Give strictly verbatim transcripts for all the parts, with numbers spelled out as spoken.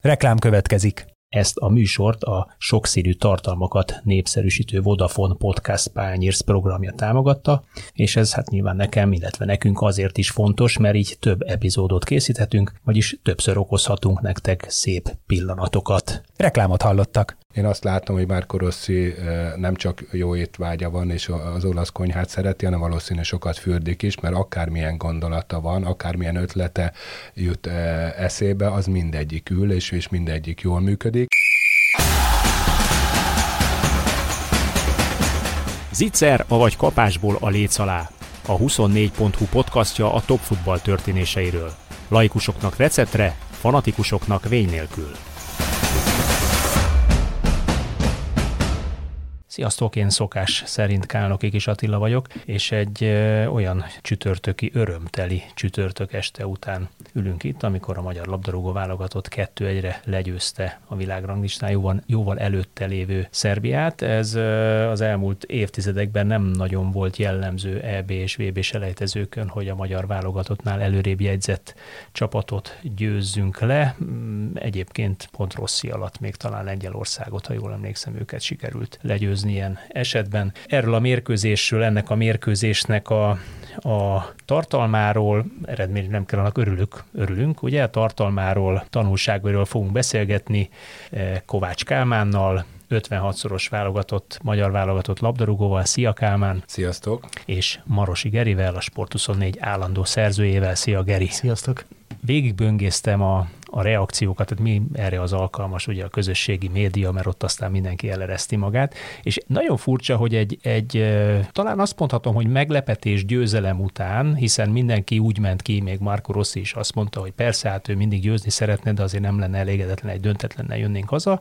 Reklám következik. Ezt a műsort a sokszínű tartalmakat népszerűsítő Vodafone Podcast Pioneers programja támogatta, és ez hát nyilván nekem, illetve nekünk azért is fontos, mert így több epizódot készíthetünk, vagyis többször okozhatunk nektek szép pillanatokat. Reklámot hallottak. Én azt látom, hogy Marco Rossi nem csak jó étvágya van, és az olasz konyhát szereti, hanem valószínűleg sokat fürdik is, mert akármilyen gondolata van, akármilyen ötlete jut eszébe, az mindegyik ül, és, és mindegyik jól működik. Zicser, avagy kapásból a léc alá. A huszonnégy pont hu podcastja a top futball történéseiről. Laikusoknak receptre, fanatikusoknak vény nélkül. Sziasztok, én szokás szerint Kálnoki Kis Attila vagyok, és egy ö, olyan csütörtöki, örömteli csütörtök este után ülünk itt, amikor a magyar labdarúgó válogatott kettő egyre legyőzte a világranglistáján jóval, jóval előtte lévő Szerbiát. Ez ö, az elmúlt évtizedekben nem nagyon volt jellemző é bé és vé bé selejtezőkön, hogy a magyar válogatottnál előrébb jegyzett csapatot győzzünk le. Egyébként pont Rossi alatt még talán Lengyelországot, ha jól emlékszem, őket sikerült legyőzni ilyen esetben. Erről a mérkőzésről, ennek a mérkőzésnek a, a tartalmáról, eredményre nem kell, annak örülünk, örülünk, ugye? A tartalmáról, tanulságairól fogunk beszélgetni Kovács Kálmánnal, ötvenhatszoros válogatott, magyar válogatott labdarúgóval. Szia Kálmán! Sziasztok! És Marosi Gerivel, a Sport huszonnégy állandó szerzőjével. Szia Geri! Sziasztok! Végigböngésztem a, a reakciókat, tehát mi erre az alkalmas, ugye a közösségi média, mert ott aztán mindenki elereszti magát, és nagyon furcsa, hogy egy, egy talán azt mondhatom, hogy meglepetés győzelem után, hiszen mindenki úgy ment ki, még Marco Rossi is azt mondta, hogy persze, hát ő mindig győzni szeretne, de azért nem lenne elégedetlen, egy döntetlennel jönnénk haza.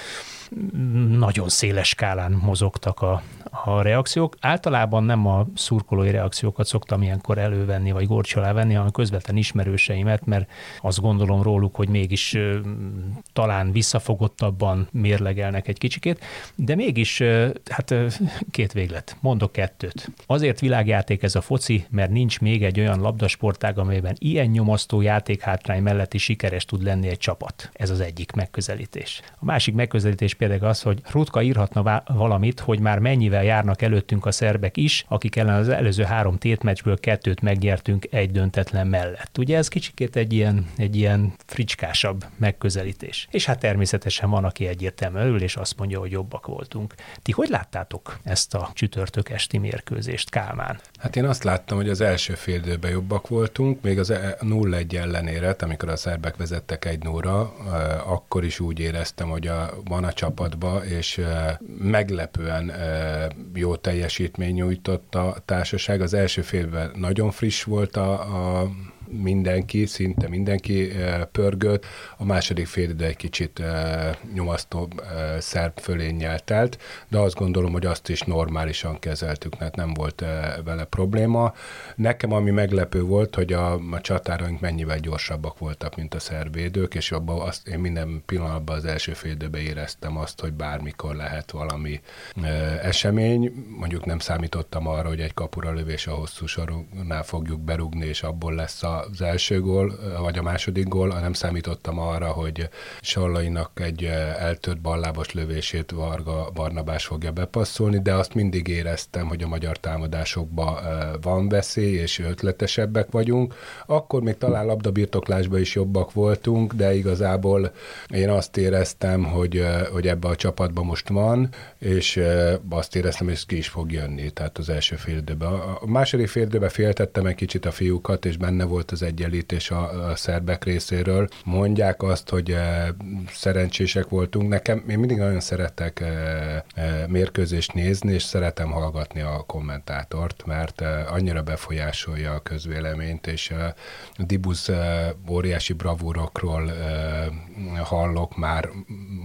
Nagyon széles skálán mozogtak a, a reakciók. Általában nem a szurkolói reakciókat szoktam ilyenkor elővenni, vagy górcső alá venni, hanem közvetlen ismerőseimet, mert azt gondolom róluk, hogy mégis uh, talán visszafogottabban mérlegelnek egy kicsikét, de mégis uh, hát uh, két véglet, mondok kettőt. Azért világjáték ez a foci, mert nincs még egy olyan labdasportág, amelyben ilyen nyomasztó játékhátrány mellett is sikeres tud lenni egy csapat. Ez az egyik megközelítés. A másik megközelítés például az, hogy Rutka írhatna valamit, hogy már mennyivel járnak előttünk a szerbek is, akik ellen az előző három tétmeccsből kettőt megnyertünk egy döntetlen mellett. Ugye ez kicsikét egy ilyen, egy ilyen fricskásabb megközelítés. És hát természetesen van, aki egyértelműen örül, és azt mondja, hogy jobbak voltunk. Ti hogy láttátok ezt a csütörtök esti mérkőzést, Kálmán? Hát én azt láttam, hogy az első fél időben jobbak voltunk, még az nulla egy ellenére, amikor a szerbek vezettek egy nullra, akkor is úgy éreztem, hogy a, van a csapatba, és meglepően jó teljesítmény nyújtott a társaság. Az első félben nagyon friss volt a, a mindenki, szinte mindenki pörgött, a második fél idő egy kicsit nyomasztó szerb fölénnyel telt, de azt gondolom, hogy azt is normálisan kezeltük, mert nem volt vele probléma. Nekem ami meglepő volt, hogy a, a csatáraink mennyivel gyorsabbak voltak, mint a szerb védők, és abban azt, én minden pillanatban az első fél időben éreztem azt, hogy bármikor lehet valami esemény. Mondjuk nem számítottam arra, hogy egy kapura lövés a hosszú sorunál fogjuk berúgni, és abból lesz a az első gól, vagy a második gól, nem számítottam arra, hogy Sallainak egy eltört ballábos lövését Varga Barnabás fogja bepasszolni, de azt mindig éreztem, hogy a magyar támadásokban van veszély, és ötletesebbek vagyunk. Akkor még talán labdabirtoklásban is jobbak voltunk, de igazából én azt éreztem, hogy, hogy ebbe a csapatban most van, és azt éreztem, hogy ez ki is fog jönni, tehát az első fél időben. A második fél időben féltettem egy kicsit a fiúkat, és benne volt az egyenlítés a, a szerbek részéről. Mondják azt, hogy e, szerencsések voltunk. Nekem, én mindig nagyon szeretek e, e, mérkőzést nézni, és szeretem hallgatni a kommentátort, mert e, annyira befolyásolja a közvéleményt, és e, Dibusz e, óriási bravúrokról e, hallok már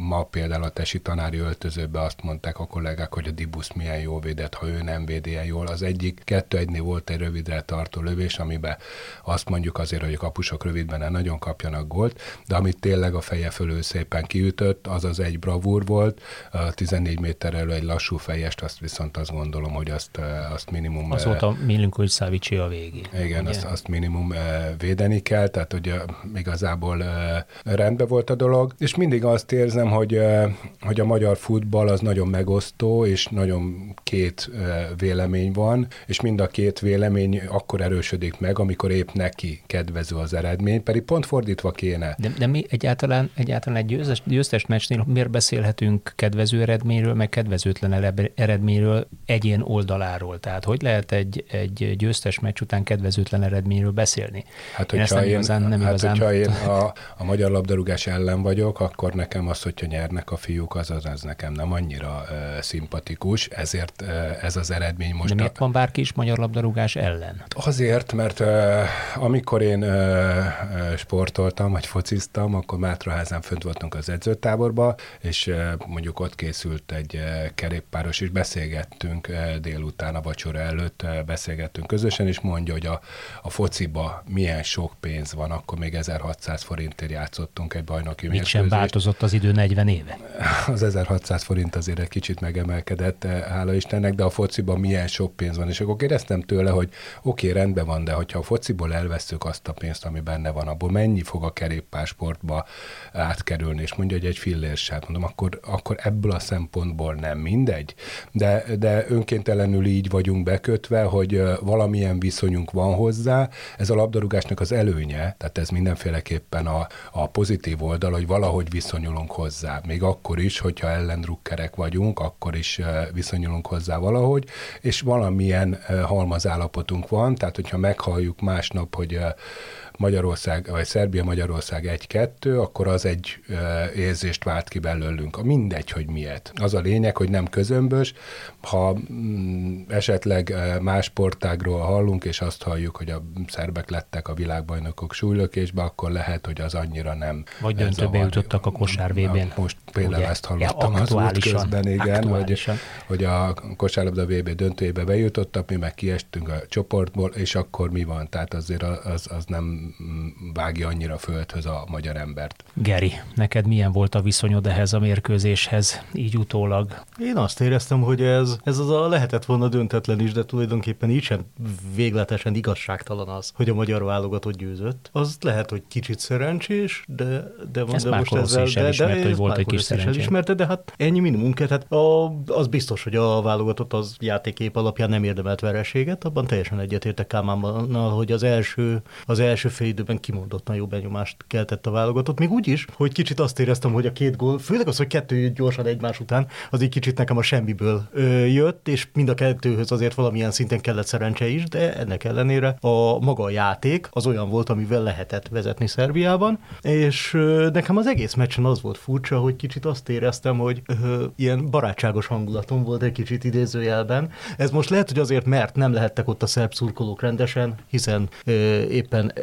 ma például a tesi tanári öltözőbe azt mondták a kollégák, hogy a Dibusz milyen jól védett, ha ő nem védi el jól. Az egyik kettő egynél volt egy rövidre tartó lövés, amiben azt mondjuk azért, hogy a kapusok rövidben ne nagyon kapjanak gólt, de amit tényleg a feje fölül szépen kiütött, az az egy bravúr volt, a tizennégy méterről egy lassú fejest, azt viszont azt gondolom, hogy azt, azt minimum... Az volt a Milinković-Savić a végén. Igen, azt, azt minimum védeni kell, tehát hogy igazából rendben volt a dolog, és mindig azt érzem, hogy, hogy a magyar futball az nagyon megosztó, és nagyon két vélemény van, és mind a két vélemény akkor erősödik meg, amikor épp neki kedvező az eredmény, pedig pont fordítva kéne. De, de mi egyáltalán, egyáltalán egy győztes, győztes meccsnél miért beszélhetünk kedvező eredményről, meg kedvezőtlen eredményről egyén oldaláról? Tehát hogy lehet egy, egy győztes meccs után kedvezőtlen eredményről beszélni? Hát, én hogyha nem én, igazán, nem hát, igazán... hogyha én a, a magyar labdarúgás ellen vagyok, akkor nekem az, hogyha nyernek a fiúk, az, az, az nekem nem annyira uh, szimpatikus, ezért uh, ez az eredmény most... De miért a... van bárki is magyar labdarúgás ellen? Azért, mert uh, amikor én uh, sportoltam, vagy fociztam, akkor Mátraházán fönt voltunk az edzőtáborba, és uh, mondjuk ott készült egy uh, kerékpáros, és beszélgettünk uh, délután a vacsora előtt, uh, beszélgettünk közösen, és mondja, hogy a, a fociba milyen sok pénz van, akkor még ezerhatszáz forintért játszottunk egy bajnoki mérkőzést. Mit sem változott az idő negyven éve? Az ezerhatszáz forint azért egy kicsit megemelkedett, hála Istennek, de a fociban milyen sok pénz van, és akkor kérdeztem tőle, hogy oké, okay, rendben van, de hogyha a fociból elveszük azt a pénzt, ami benne van, abból mennyi fog a kerékpársportba átkerülni, és mondja, hogy egy fillér sem. Mondom, akkor, akkor ebből a szempontból nem mindegy, de, de önkéntelenül így vagyunk bekötve, hogy valamilyen viszonyunk van hozzá, ez a labdarúgásnak az előnye, tehát ez mindenféleképpen a, a pozitív oldal, hogy valahogy viszonyulunk hozzá. Még akkor is, hogyha ellendrukkerek vagyunk, akkor is viszonyulunk hozzá valahogy, és valamilyen halmazállapotunk van, tehát hogyha meghalljuk másnap, hogy Magyarország, vagy Szerbia-Magyarország egy-kettő, akkor az egy e, érzést vált ki belőlünk. Mindegy, hogy miért. Az a lényeg, hogy nem közömbös. Ha mm, esetleg más sportágról hallunk, és azt halljuk, hogy a szerbek lettek a világbajnokok súlylökésbe, akkor lehet, hogy az annyira nem. Vagy döntőbe jutottak a kosár vé bén. Most például ugye, ezt hallottam ja, az út közben, igen, hogy, hogy a kosárlabda vé bé döntőjébe bejutottak, mi meg kiestünk a csoportból, és akkor mi van? Tehát azért az, az nem vágja annyira földhöz a magyar embert. Geri, neked milyen volt a viszonyod ehhez a mérkőzéshez, így utólag? Én azt éreztem, hogy ez, ez az a lehetett volna döntetlen is, de tulajdonképpen így sem végletesen igazságtalan az, hogy a magyar válogatott győzött. Az lehet, hogy kicsit szerencsés, de, de ezt de most ezzel... is elismert, de, hogy volt egy kis szerencsés. Elismerte, de hát ennyi minimum kell. Hát a, az biztos, hogy a válogatott az játékkép alapján nem érdemelt vereséget, abban teljesen egyetértek Kálmánnal, hogy az első, az első fél időben kimondottan jó benyomást keltett a válogatott. Még úgy is, hogy kicsit azt éreztem, hogy a két gól, főleg az, hogy kettő gyorsan egymás után, az egy kicsit nekem a semmiből ö, jött, és mind a kettőhöz azért valamilyen szinten kellett szerencse is, de ennek ellenére a maga a játék az olyan volt, amivel lehetett vezetni Szerbiában, és ö, nekem az egész meccsen az volt furcsa, hogy kicsit azt éreztem, hogy ö, ilyen barátságos hangulatom volt egy kicsit idézőjelben. Ez most lehet, hogy azért, mert nem lehettek ott a szerb szurkolók rendesen, hiszen ö, éppen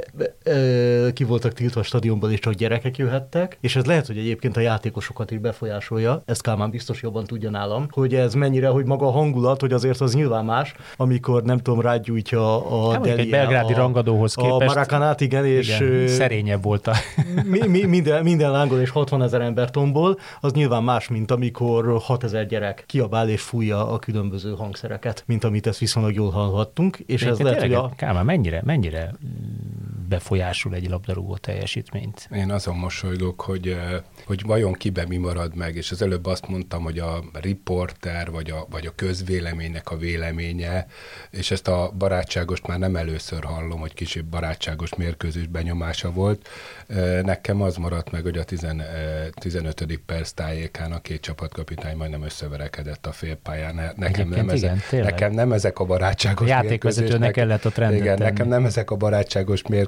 ö, ki voltak tiltva a stadionból, és csak gyerekek jöhettek, és ez lehet, hogy egyébként a játékosokat is befolyásolja, ezt Kálmán biztos jobban tudja nálam, hogy ez mennyire, hogy maga a hangulat, hogy azért az nyilván más, amikor nem tudom, rágyújtja a hát, Deli, egy belgrádi a, rangadóhoz képest. A Maracanát, igen, és igen, szerényebb volt a... mi, mi, minden, minden lángol és hatvanezer ember tombol, az nyilván más, mint amikor hatezer gyerek kiabál és fújja a különböző hangszereket, mint amit ezt viszonylag jól hallhattunk, és de ez lehet, hogy a... Kálmán, mennyire, mennyire befolyásul egy labdarúgó teljesítményt? Én azon mosolygok, hogy, hogy vajon kibe mi marad meg, és az előbb azt mondtam, hogy a riporter, vagy a, vagy a közvéleménynek a véleménye, és ezt a barátságost már nem először hallom, hogy kicsit barátságos mérkőzés benyomása volt. Nekem az maradt meg, hogy a tizenötödik perc tájékán a két csapatkapitány majdnem összeverekedett a félpályán. Nekem nem, igen, ezek, nekem nem ezek a barátságos a játékvezetőnek kellett ott rendet igen, tenni. nekem nem ezek a barátságos mérkőzések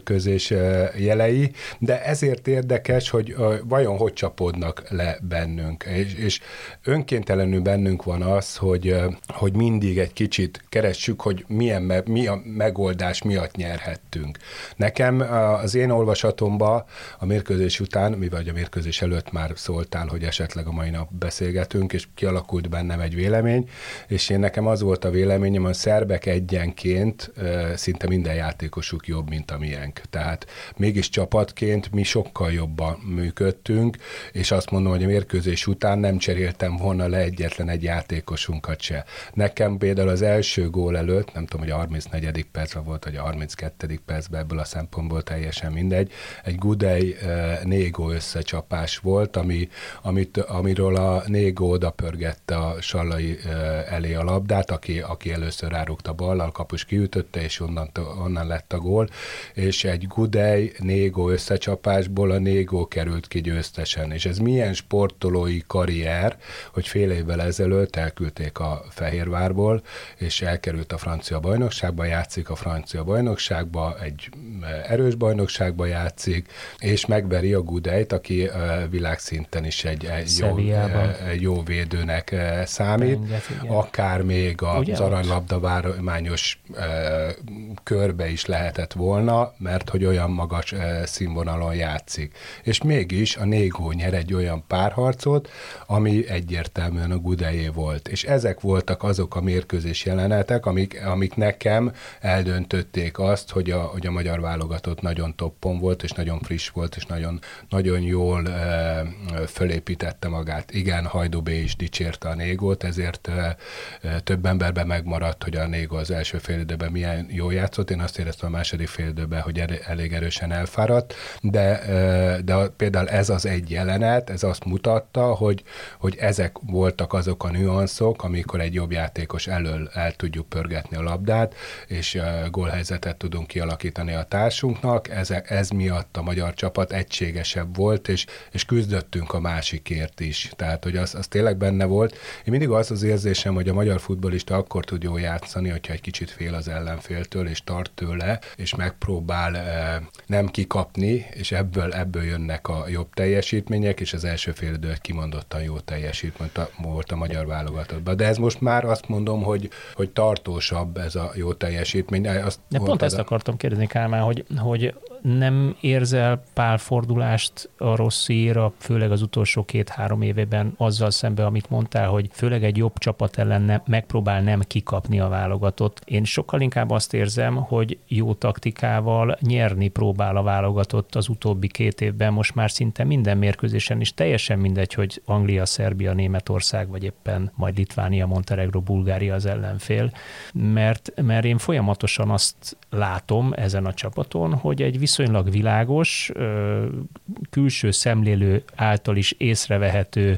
mérkőzés jelei, de ezért érdekes, hogy vajon hogy csapódnak le bennünk. És, és önkéntelenül bennünk van az, hogy, hogy mindig egy kicsit keressük, hogy milyen me, mi a megoldás miatt nyerhettünk. Nekem az én olvasatomban a mérkőzés után, mivel a mérkőzés előtt már szóltál, hogy esetleg a mai nap beszélgetünk, és kialakult bennem egy vélemény, és én nekem az volt a véleményem, hogy a szerbek egyenként szinte minden játékosuk jobb, mint a miénk. Tehát mégis csapatként mi sokkal jobban működtünk, és azt mondom, hogy a mérkőzés után nem cseréltem volna le egyetlen egy játékosunkat se. Nekem például az első gól előtt, nem tudom, hogy a harmincnegyedik percben volt, vagy a harminckettedik percben, ebből a szempontból teljesen mindegy, egy Gudej Négó összecsapás volt, ami, amit, amiről a Négó oda pörgette a Sallai elé a labdát, aki, aki először rárúgta ballal, a kapus kiütötte, és onnan, onnan lett a gól, és egy Gudej Négó összecsapásból a Négó került ki győztesen, és ez milyen sportolói karrier, hogy fél évvel ezelőtt elküldték a Fehérvárból, és elkerült a francia bajnokságba, játszik a francia bajnokságba, egy erős bajnokságba játszik, és megveri a Gudejt, aki világszinten is egy, egy, jó, egy jó védőnek számít, Renget, akár még az Ugye aranylabdavármányos körbe is lehetett volna, mert hogy olyan magas színvonalon játszik. És mégis a Négó nyer egy olyan párharcot, ami egyértelműen a Gudejé volt. És ezek voltak azok a mérkőzés jelenetek, amik, amik nekem eldöntötték azt, hogy a, hogy a magyar válogatott nagyon toppon volt, és nagyon friss volt, és nagyon, nagyon jól e, fölépítette magát. Igen, Hajdú B. is dicsérte a Négót, ezért e, e, több emberben megmaradt, hogy a Négó az első félidőben milyen jól játszott. Én azt éreztem a második félidőben, hogy er, elég erősen elfáradt, de, e, de például ez az egy jelenet, ez azt mutatta, hogy, hogy ezek voltak azok a nüanszok, amikor egy jobb játékos elől el tudjuk pörgetni a labdát, és e, gólhelyzetet tudunk kialakítani a társunknak. Ez, ez miatt a magyar csapat egységesebb volt, és, és küzdöttünk a másikért is. Tehát, hogy az, az tényleg benne volt. Én mindig az az érzésem, hogy a magyar futballista akkor tud jól játszani, hogyha egy kicsit fél az ellenféltől, és tart tőle, és megpróbál e, nem kikapni, és ebből, ebből jönnek a jobb teljesítmények, és az első fél idő kimondottan jó teljesítmény volt a magyar válogatottban. De ez most már azt mondom, hogy, hogy tartósabb ez a jó teljesítmény. Azt De pont ezt a... akartam kérdezni, Kálmán, hogy, hogy nem érzel pálfordulást a Rossziéra, főleg az utolsó két-három évében azzal szemben, amit mondtál, hogy főleg egy jobb csapat ellen ne, megpróbál nem kikapni a válogatott. Én sokkal inkább azt érzem, hogy jó taktikával nyerni próbál a válogatott az utóbbi két évben, most már szinte minden mérkőzésen is, teljesen mindegy, hogy Anglia, Szerbia, Németország, vagy éppen majd Litvánia, Montenegro, Bulgária az ellenfél, mert, mert én folyamatosan azt látom ezen a csapaton, hogy egy viszonylag világos, külső szemlélő által is észrevehető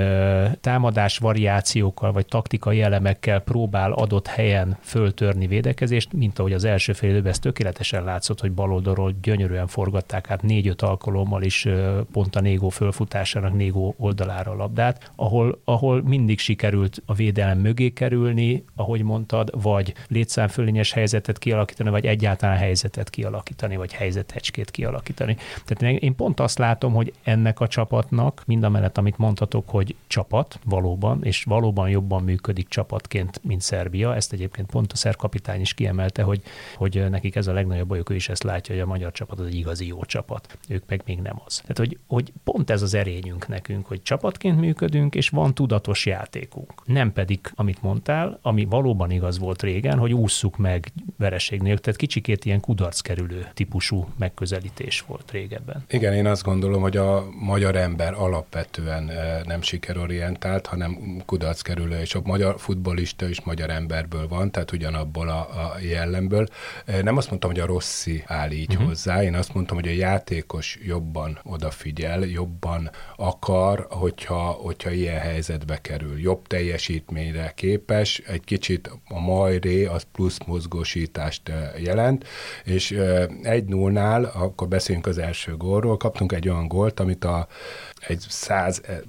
támadás variációkkal vagy taktikai elemekkel próbál adott helyen föltörni védekezést, mint ahogy az első fél időben ez tökéletesen látszott, hogy baloldalról gyönyörűen forgatták át négy-öt alkalommal is pont a Négó fölfutásának Négó oldalára a labdát, ahol, ahol mindig sikerült a védelem mögé kerülni, ahogy mondtad, vagy létszámfölényes helyzetet kialakítani, vagy egyáltalán helyzetet kialakítani, vagy helyzetecskét kialakítani. Tehát én pont azt látom, hogy ennek a csapatnak, mindamellett, amit mondhatok, hogy csapat valóban, és valóban jobban működik csapatként, mint Szerbia. Ezt egyébként pont a szerb kapitány is kiemelte, hogy, hogy nekik ez a legnagyobb bajuk, ő is ezt látja, hogy a magyar csapat az egy igazi jó csapat. Ők meg még nem az. Tehát, hogy, hogy pont ez az erényünk nekünk, hogy csapatként működünk, és van tudatos játékunk. Nem pedig, amit mondtál, ami valóban igaz volt régen, hogy ússzuk meg vereség nélkül. Tehát kicsikét ilyen kudarckerülő típusú megközelítés volt régebben. Igen, én azt gondolom, hogy a magyar ember alapvetően nem sikerorientált, hanem kudarckerülő, és a magyar futballista is magyar emberből van, tehát ugyanabból a, a jellemből. Nem azt mondtam, hogy a Rossi áll így uh-huh. hozzá, én azt mondtam, hogy a játékos jobban odafigyel, jobban akar, hogyha, hogyha ilyen helyzetbe kerül. Jobb teljesítményre képes, egy kicsit a majré, az plusz mozgósítást jelent, és egy nullnál, akkor beszéljünk az első gólról, kaptunk egy olyan gólt, amit a egy százezer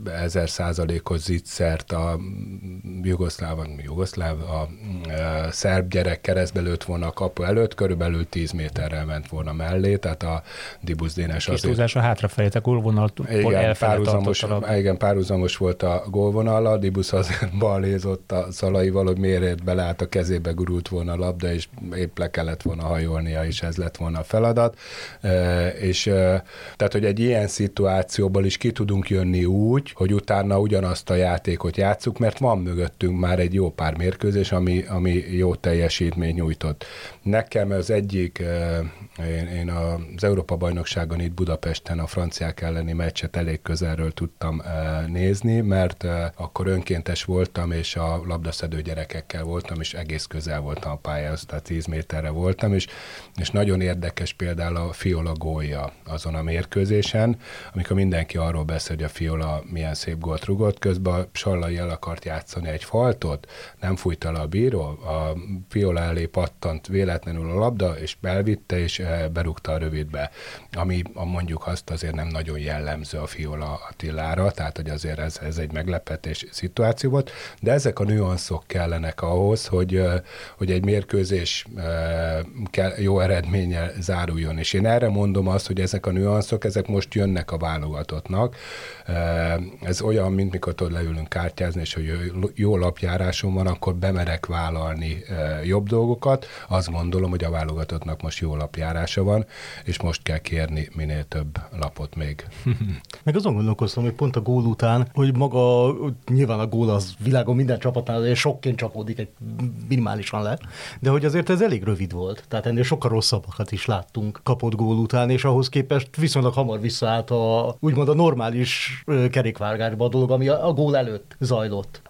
százalékos zicsert a jugoszláv, jugoszláv, a, a szerb gyerek keresztbe lőtt volna a kapu előtt, körülbelül tíz méterrel ment volna mellé, tehát a Dibusz Dénes azért... Kis túlzása hátrafelé, a gólvonaltól elfele tartott a labda. Igen, párhuzamos volt a gólvonallal, Dibusz azért ballézott a Szalaival, hogy miért beleállt a kezébe, gurult volna a labda, és épp le kellett volna hajolnia, és ez lett volna a feladat. E, és e, tehát, hogy egy ilyen szituációból is ki tudunk jönni úgy, hogy utána ugyanazt a játékot játsszuk, mert van mögöttünk már egy jó pár mérkőzés, ami, ami jó teljesítmény nyújtott. Nekem az egyik, e, én, én az Európa-bajnokságon itt Budapesten a franciák elleni meccset elég közelről tudtam e, nézni, mert e, akkor önkéntes voltam, és a labdaszedő gyerekekkel voltam, és egész közel voltam a pályához, tehát tíz méterre voltam, és, és nagyon érdekes például a Fiola gólja azon a mérkőzésen, amikor mindenki arról beszél, hogy a Fiola milyen szép gólt rugott, közben a Sallai el akart játszani egy faltot, nem fújta le a bíró, a Fiola elé pattant véletlenül a labda, és belvitte, és berúgta a rövidbe, ami a mondjuk azt azért nem nagyon jellemző a Fiola Attilára, tehát hogy azért ez, ez egy meglepetés szituáció volt, de ezek a nüanszok kellenek ahhoz, hogy, hogy egy mérkőzés jó eredménnyel záruljon. És én erre mondom azt, hogy ezek a nüanszok, ezek most jönnek a válogatottnak. Ez olyan, mint mikor tudod leülünk kártyázni, és hogy jó lapjáráson van, akkor bemerek vállalni jobb dolgokat. Azt gondolom, hogy a válogatottnak most jó lapjárása van, és most kell kérni minél több lapot még. Meg azon gondolkoztam, hogy pont a gól után, hogy maga, nyilván a gól az világon minden csapatnál sokként csapódik, egy minimálisan le, de hogy azért ez elég rövid volt. Tehát ennél sokkal rosszabbakat is láttunk kapott gól után, és ahhoz képest viszonylag hamar visszaállt a, úgymond a normális kerékvágásba a dolog, ami a, a gól előtt zajlott.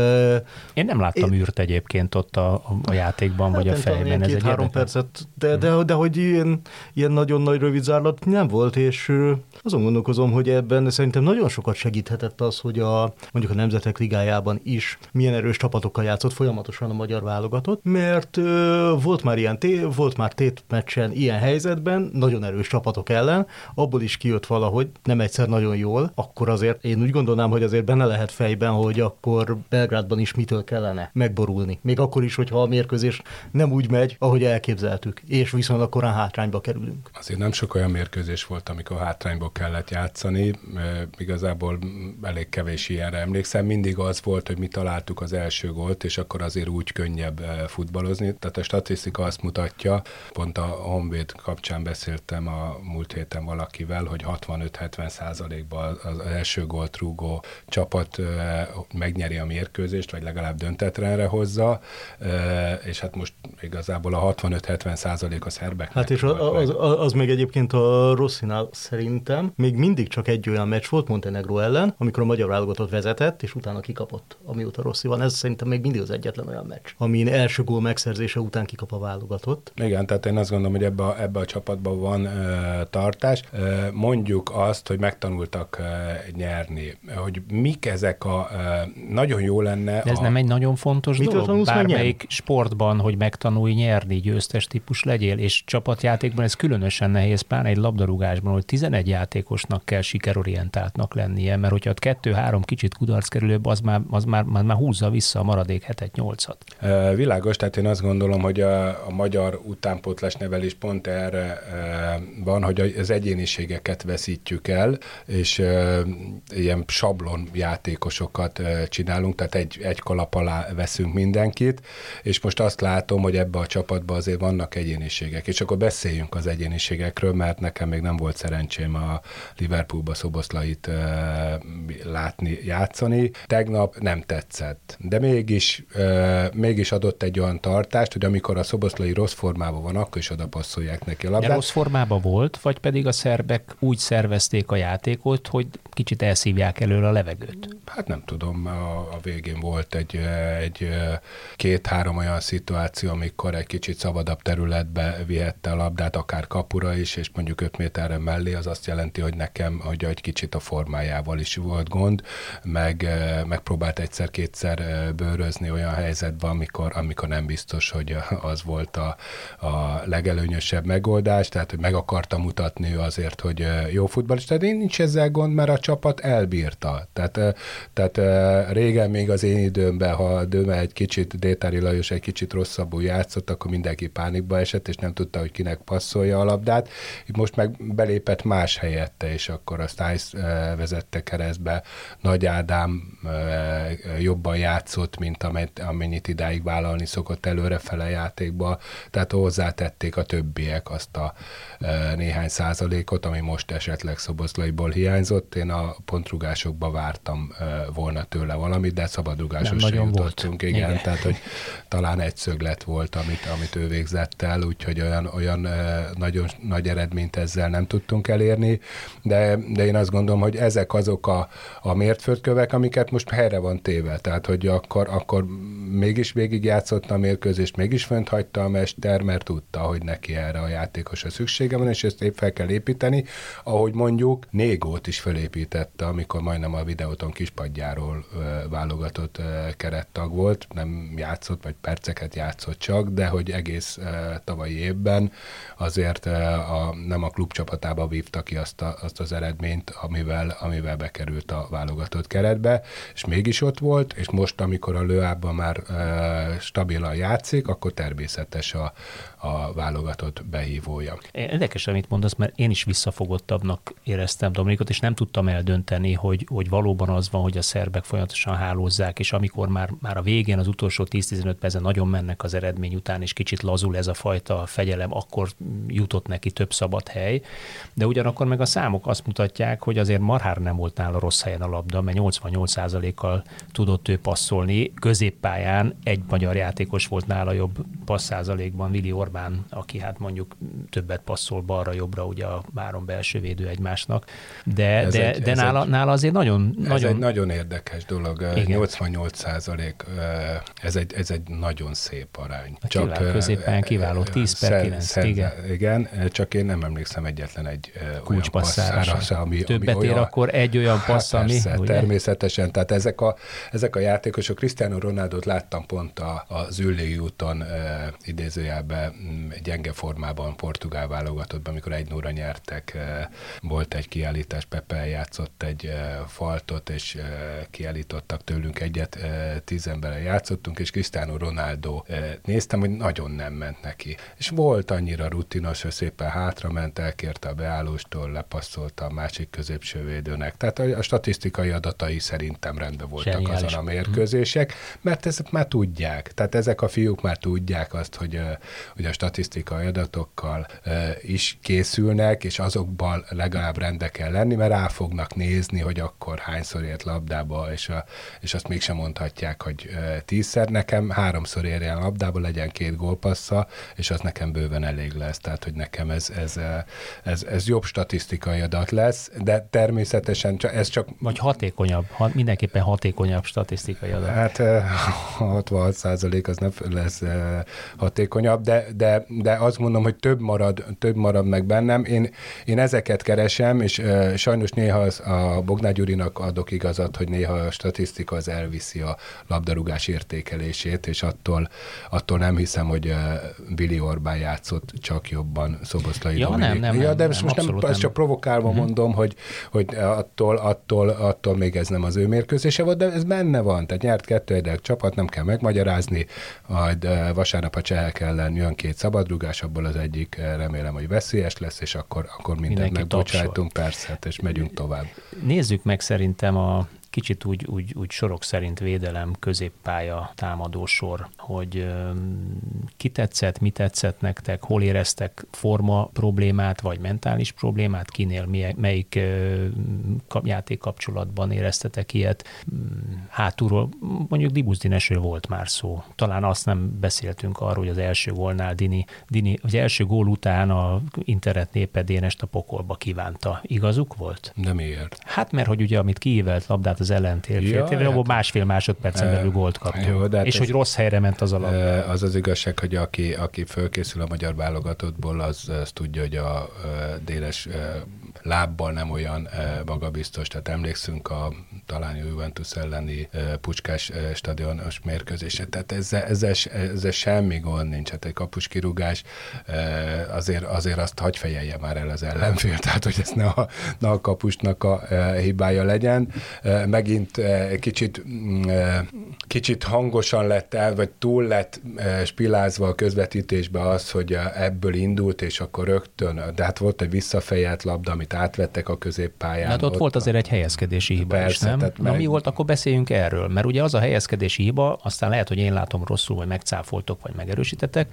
Én nem láttam én... űrt egyébként ott a, a játékban, hát vagy a fejben. Ez egy három percet, de, de, de hogy ilyen, ilyen nagyon nagy rövid zárlat nem volt, és azon gondolkozom, hogy ebben szerintem nagyon sokat segíthetett az, hogy a, mondjuk a Nemzetek Ligájában is milyen erős csapatokkal játszott folyamatosan a magyar válogatott, mert ö, volt már ilyen té, volt már tétmeccsen ilyen helyzetben, nagyon erős csapatok ellen, abból is kijött valahogy, nem egyszer nagyon jól, akkor azért én úgy gondolnám, hogy azért benne lehet fejben, hogy akkor Belgrádban is mitől kellene megborulni. Még akkor is, hogyha a mérkőzés nem úgy megy, ahogy elképzeltük, és viszonylag korán hátrányba kerülünk. Azért nem sok olyan mérkőzés volt, amikor hátrányba kellett játszani. Igazából elég kevés ilyenre emlékszem. Mindig az volt, hogy mi találtuk az első gólt, és akkor azért úgy könnyebb futballozni. Tehát a statisztika azt mutatja, pont a Honvéd kapcsán beszéltem a múlt héten valakivel, hogy hatvanöt-hetven százalékban az első gólt rúgó csapat megnyeri a mérkőzést, vagy legalább döntetlenre hozza, és hát most igazából a hatvanöt-hetven százalék a szerbeknek. Hát és az, az, az még egyébként a Rossinál szerintem még mindig csak egy olyan meccs volt Montenegró ellen, amikor a magyar válogatott vezetett, és utána kikapott, amióta Rossi van. Ez szerintem még mindig az egyetlen olyan meccs, amin első gól megszerzése után kikap a válogatott. Igen, tehát én azt gondolom, hogy ebbe a, ebbe a csapatban van uh, tartás. Uh, mondjuk azt, hogy megtanultak uh, nyerni, hogy mik ezek a uh, nagyon jó lenne. Ez a... nem egy nagyon fontos Mitől dolog? Bármelyik sportban, hogy megtanulj nyerni, győztes típus legyél, és csapatjátékban ez különösen nehéz, pláne egy labdarúgásban, hogy tizenegy játékosnak kell sikerorientáltnak lennie, mert hogyha kettő-három kicsit kudarc kerülőbb, az már, az már, már, már húzza vissza a maradék hetet, nyolcat. E, világos, tehát én azt gondolom, hogy a, a magyar utánpótlás nevelés pont erre e, van, hogy az egyéniségeket veszítjük el, és e, ilyen sablon játékosokat e, csinálunk, tehát egy, egy kalap alá veszünk mindenkit, és most azt látom, hogy ebbe a csapatban azért vannak egyéniségek, és akkor beszéljünk az egyéniségekről, mert nekem még nem volt szerencsém a Liverpoolba Szoboszlait e, látni, játszani. Tegnap nem tetszett, de mégis, e, mégis adott egy olyan tartást, hogy amikor a Szoboszlai rossz formában van, akkor is oda passzolják neki a labdát. De rossz formában volt, vagy pedig a szerbek úgy szervezték a játékot, hogy kicsit elszívják előle a levegőt? Hát nem tudom, a, a végén volt egy, egy két-három olyan szituáció, amikor egy kicsit szabadabb területbe vihette a labdát, akár kapura is, és mondjuk öt méterre mellé, az azt jelenti, hogy nekem, hogy egy kicsit a formájával is volt gond, meg megpróbált egyszer-kétszer bőrözni olyan helyzetben, amikor, amikor nem biztos, hogy az volt a, a legelőnyösebb megoldás, tehát hogy meg akarta mutatni ő azért, hogy jó futballista, de nincs ezzel gond, mert a csapat elbírta. Tehát Tehát uh, régen még az én időmben, ha Döme egy kicsit, Détári Lajos egy kicsit rosszabbul játszott, akkor mindenki pánikba esett, és nem tudta, hogy kinek passzolja a labdát. Most meg belépett más helyette, és akkor a Stiles uh, vezette keresztbe. Nagy Ádám uh, jobban játszott, mint amit, amennyit idáig vállalni szokott előrefele játékba. Tehát hozzátették a többiek azt a uh, néhány százalékot, ami most esetleg Szoboszlaiból hiányzott. Én a pontrugásokba vártam uh, volna tőle valamit, de szabadrugáshoz se jutottunk. Igen, igen, tehát hogy talán egy szöglet volt, amit, amit ő végzett el, úgyhogy olyan, olyan uh, nagyon nagy eredményt ezzel nem tudtunk elérni, de, de én azt gondolom, hogy ezek azok a, a mértföldkövek, amiket most helyre van téve, tehát hogy akkor, akkor mégis végigjátszott a mérkőzést, mégis fönt hagyta a mester, mert tudta, hogy neki erre a játékosra szüksége van, és ezt épp fel kell építeni, ahogy mondjuk Négót is felépítette, amikor majdnem a videóton kispadjáról válogatott kerettag volt, nem játszott, vagy perceket játszott csak, de hogy egész tavalyi évben azért a, nem a klubcsapatába vívta ki azt, a, azt az eredményt, amivel, amivel bekerült a válogatott keretbe, és mégis ott volt, és most, amikor a Lőában már stabilan játszik, akkor természetes a, a válogatott behívója. Érdekes, amit mondasz, mert én is visszafogottabbnak éreztem Dominikot, és nem tudtam eldönteni, hogy, hogy valóban az van, hogy a szerbek folyamatosan hálózzák, és amikor már, már a végén, az utolsó tíz-tizenöt percen nagyon mennek az eredmény után, és kicsit lazul ez a fajta fegyelem, akkor jutott neki több szabad hely, de ugyanakkor meg a számok azt mutatják, hogy azért marhára nem volt nála rossz helyen a labda, mert nyolcvannyolc százalékkal tudott ő passzolni, középpályán egy magyar játékos volt nála jobb passzázalékban, Vili Orbán, aki hát mondjuk többet passzol balra-jobbra, ugye a három belső védő egymásnak, de, de, egy, de nála, egy, nála azért nagyon... Ez nagyon... egy nagyon érdekes dolog. Igen. nyolcvannyolc százalék, ez egy, ez egy nagyon szép arány. A csak középpályán kiváló, tíz per kilenc, igen. Igen, csak én nem emlékszem egyetlen egy olyan passzára, ami, többet ami ér olyan, akkor egy olyan passz, hát persze, ami... természetesen, tehát ezek a, ezek a játékosok, Cristiano Ronaldot láttam pont a, az Üllői úton e, idézőjelben gyenge formában portugál válogatottban, amikor egy nulla nyertek, e, volt egy kiállítás, Pepe játszott egy e, faltot, és e, kiállítottak tőlünk egyet, e, tíz emberrel játszottunk, és Cristiano Ronaldo e, néztem, hogy nagyon nem ment neki. És volt annyira rutinos, hogy szépen hátrament, elkérte a beállóstól, lepasszolta a másik középső védőnek. Tehát a, a statisztikai adatai szerintem rendben voltak Zseniális. Azon a mérkőzések, mert ezek már tudják. Tehát ezek a fiúk már tudják azt, hogy, hogy a statisztikai adatokkal is készülnek, és azokban legalább rendbe kell lenni, mert rá fognak nézni, hogy akkor hányszor ért labdába, és, a, és azt mégsem mondhatják, hogy tízszer. Nekem háromszor érjen labdába, legyen két gólpassza, és az nekem bőven elég lesz. Tehát, hogy nekem ez, ez, ez, ez jobb statisztikai adat lesz, de természetesen ez csak... Vagy hatékonyabb, ha, mindenképpen hatékonyabb statisztikai adat. Hát hatvanhat százalék az nem lesz hatékonyabb, de, de, de azt mondom, hogy több marad, több marad meg bennem. Én, én ezeket keresem, és sajnos néha az, a Bognár Gyurinak adok igazat, hogy néha a statisztika az elviszi a labdarúgás értékelését, és attól, attól nem hiszem, hogy Vili Orbán játszott csak jobban Szoboszlai ja, Dominik. nem, nem, ja, de nem, most nem, nem, ezt csak provokálva uh-huh. mondom, hogy, hogy attól, attól, attól még ez nem az ő mérkőzése volt, de ez benne van. Tehát nyert kettő egyek csapat, nem kell megmagyarázni, majd vasárnap a csehek ellen jön két szabadrugás, abból az egyik remélem, hogy veszélyes lesz, és akkor, akkor mindent megbocsájtunk, persze, és megyünk tovább. Nézzük meg szerintem a kicsit úgy, úgy, úgy sorok szerint védelem, középpálya, támadósor, hogy ö, ki tetszett, mi tetszett nektek, hol éreztek forma problémát, vagy mentális problémát, kinél melyik ö, játékkapcsolatban éreztetek ilyet. Hátulról, mondjuk Dibusz-Dinesről volt már szó. Talán azt nem beszéltünk arról, hogy az első gólnál Dini, Dini az első gól után a internet népe Dénest a pokolba kívánta. Igazuk volt? De miért? Hát mert hogy ugye, amit kiívelt labdát az ellentér ja, féltével, abból másfél másodpercen belül gólt kaptunk. És hogy rossz helyre ment az a labda. Az az igazság, hogy aki, aki fölkészül a magyar válogatottból, az, az tudja, hogy a Dénes lábbal nem olyan magabiztos, tehát emlékszünk a talán Juventus elleni Puskás stadionos mérkőzésre, tehát ezzel, ezzel, ezzel semmi gond nincs, hát egy kapuskirúgás azért, azért azt hagy fejelje már el az ellenfél, tehát hogy ez ne a, ne a kapusnak a hibája legyen. Megint kicsit, kicsit hangosan lett el, vagy túl lett spilázva a közvetítésbe az, hogy ebből indult, és akkor rögtön, de hát volt egy visszafejelt labda, amit átvettek a középpályán. Hát ott, ott volt azért egy helyezkedési hiba persze, is, nem? Na meg... mi volt, akkor beszéljünk erről, mert ugye az a helyezkedési hiba, aztán lehet, hogy én látom rosszul, vagy megcáfoltok, vagy megerősítettek,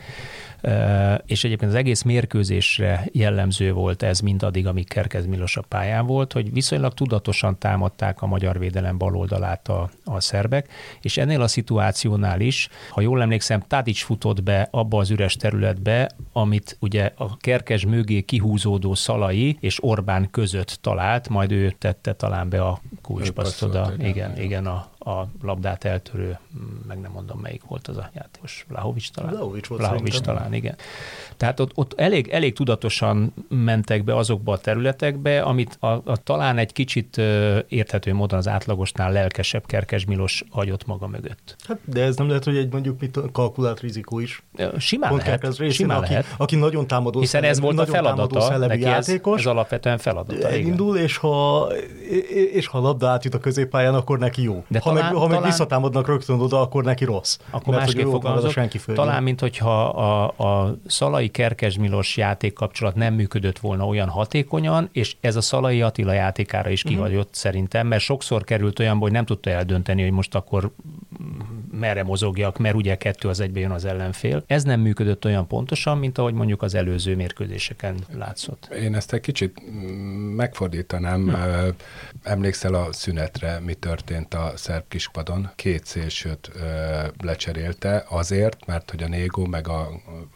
és egyébként az egész mérkőzésre jellemző volt ez mindaddig, amíg Kerkez Milos a pályán volt, hogy viszonylag tudatosan támadták a magyar védelem baloldalát a, a szerbek, és ennél a szituációnál is, ha jól emlékszem, Tadic futott be abba az üres területbe, amit ugye a Kerkez mögé kihúzódó Szalai és Orbán között talált, majd ő tette talán be a kulcspaszt oda, igen, igen, igen a, a labdát eltörő, meg nem mondom melyik volt az a játékos, Vlahovics talán. Vlahovics volt Vlahovics talán, igen. Tehát ott, ott elég, elég tudatosan mentek be azokba a területekbe, amit a, a talán egy kicsit érthető módon az átlagosnál lelkesebb Kerkez Milos hagyott maga mögött. Hát, de ez nem lehet, hogy egy mondjuk mit kalkulált rizikó is. Simán Pont lehet, részén, simán aki, lehet. Aki nagyon támadó Hiszen ez volt a feladata, neki játékos, ez, ez alapvetően feladata. Elindul, és ha, és ha a labda átjut a középpályán, akkor neki jó. De ha, talán, meg, ha meg talán, visszatámadnak rögtön oda, akkor neki rossz. Akkor másképp fogalmazott, talán, mint hogyha a, a Szalai Kerkez Milos játék kapcsolat nem működött volna olyan hatékonyan, és ez a Szalai Attila játékára is kihagyott uh-huh. szerintem, mert sokszor került olyanba, hogy nem tudta eldönteni, hogy most akkor merre mozogjak, mert ugye kettő az egybe jön az ellenfél. Ez nem működött olyan pontosan, mint ahogy mondjuk az előző mérkőzéseken látszott. Én ezt egy kicsit megfordítanám. Hm. Emlékszel a szünetre, mi történt a szerb kispadon? Két szélsőt lecserélte azért, mert hogy a Négó meg a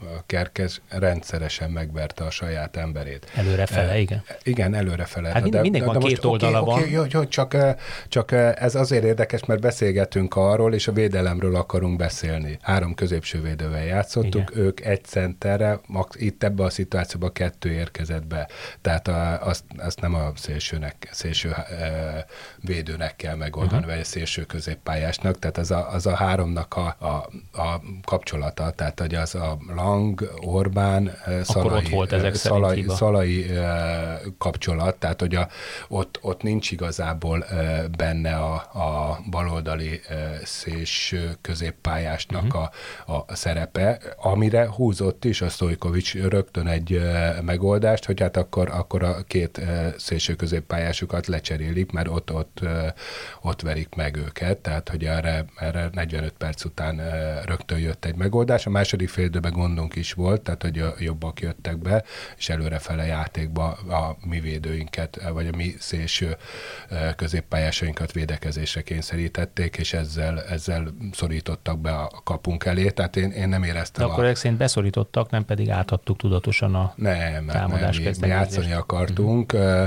Kerkez rendszeresen megverte a saját emberét. Előrefele, igen? Igen, előrefele. Hát mind, mindig van két oldala van. Okay, okay, csak, csak ez azért érdekes, mert beszélgetünk arról, és a védelemről akarunk beszélni. Három középső védővel játszottuk, igen. Ők egy centerre, itt ebbe a szituációban kettő érkezett be. Tehát a, azt, azt nem a szélsőnek, szélső e, védőnek kell megoldani, uh-huh. vagy a szélső középpályásnak, tehát az a, az a háromnak a, a, a kapcsolata, tehát hogy az a Lang, Orbán, Szalai, volt ezek Szalai, Szalai e, kapcsolat, tehát hogy a, ott, ott nincs igazából e, benne a, a baloldali e, szélső középpályásnak uh-huh. a, a szerepe, amire húzott is a Sztojkovics rögtön egy e, megoldást, hogy hát akkor, akkor a két e, szélső középpályásukat lecserélik, mert ott, ott, e, ott verik meg őket, tehát hogy erre, erre negyvenöt perc után e, rögtön jött egy megoldás. A második fél időben gondunk is volt, tehát hogy jobbak jöttek be, és előrefele játékba a mi védőinket, vagy a mi szélső e, középpályásainkat védekezésre kényszerítették, és ezzel, ezzel szorítottak be a kapunk elé, tehát én, én nem éreztem. De akkor ezek szerint beszorítottak, nem pedig átadtuk tudatosan a nem, támadás nem, mi, mi játszani akartunk. Uh-huh.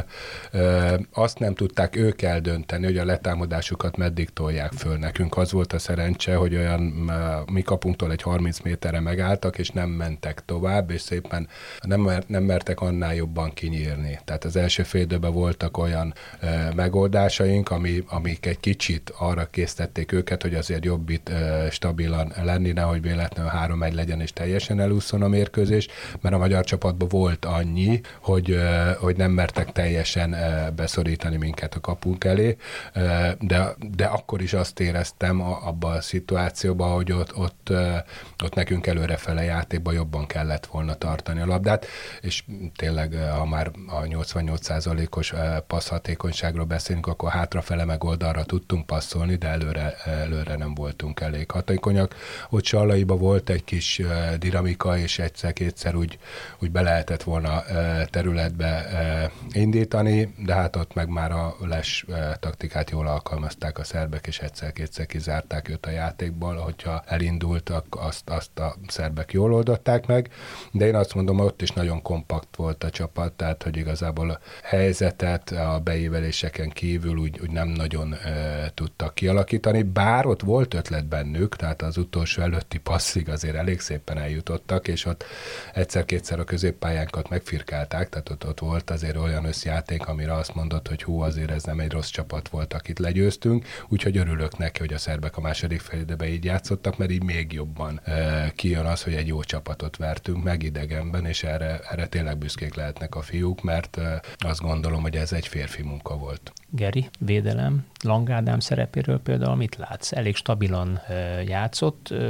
Azt nem tudták ők eldönteni, hogy a letámadásukat meddig tolják föl. Nekünk az volt a szerencse, hogy olyan mi kapunktól egy harminc méterre megálltak, és nem mentek tovább, és szépen nem, mer, nem mertek annál jobban kinyírni. Tehát az első fél időben voltak olyan megoldásaink, ami, amik egy kicsit arra késztették őket, hogy azért jobb itt e, stabilan lenni, nehogy véletlenül három egy legyen és teljesen elúszon a mérkőzés, mert a magyar csapatban volt annyi, hogy, e, hogy nem mertek teljesen e, beszorítani minket a kapunk elé, e, de, de akkor is azt éreztem a, abban a szituációban, hogy ott, ott, e, ott nekünk előrefele játékban jobban kellett volna tartani a labdát, és tényleg, ha már a nyolcvannyolc százalékos passzhatékonyságról beszélünk, akkor hátrafele meg oldalra tudtunk passzolni, de előre, előre nem voltunk elég hatékonyak. Ott Sallaiba volt egy kis uh, dinamika, és egyszer-kétszer úgy, úgy be lehetett volna uh, területbe uh, indítani, de hát ott meg már a les uh, taktikát jól alkalmazták a szerbek, és egyszer-kétszer kizárták őt a játékból, hogyha elindultak, azt, azt a szerbek jól oldották meg, de én azt mondom, ott is nagyon kompakt volt a csapat, tehát hogy igazából a helyzetet a beíveléseken kívül úgy, úgy nem nagyon uh, tudtak kialakítani, bár ott volt ötlet bennük, tehát az utolsó előtti passzig azért elég szépen eljutottak, és ott egyszer-kétszer a középpályánkat megfirkálták, tehát ott, ott volt azért olyan összjáték, amire azt mondott, hogy hú, azért ez nem egy rossz csapat volt, akit legyőztünk, úgyhogy örülök neki, hogy a szerbek a második félidőben így játszottak, mert így még jobban e, kijön az, hogy egy jó csapatot vertünk meg idegenben, és erre, erre tényleg büszkék lehetnek a fiúk, mert e, azt gondolom, hogy ez egy férfi munka volt. Geri, védelem, Lang Ádám szerepéről például mit látsz? Elég stabilan e, játszott, e,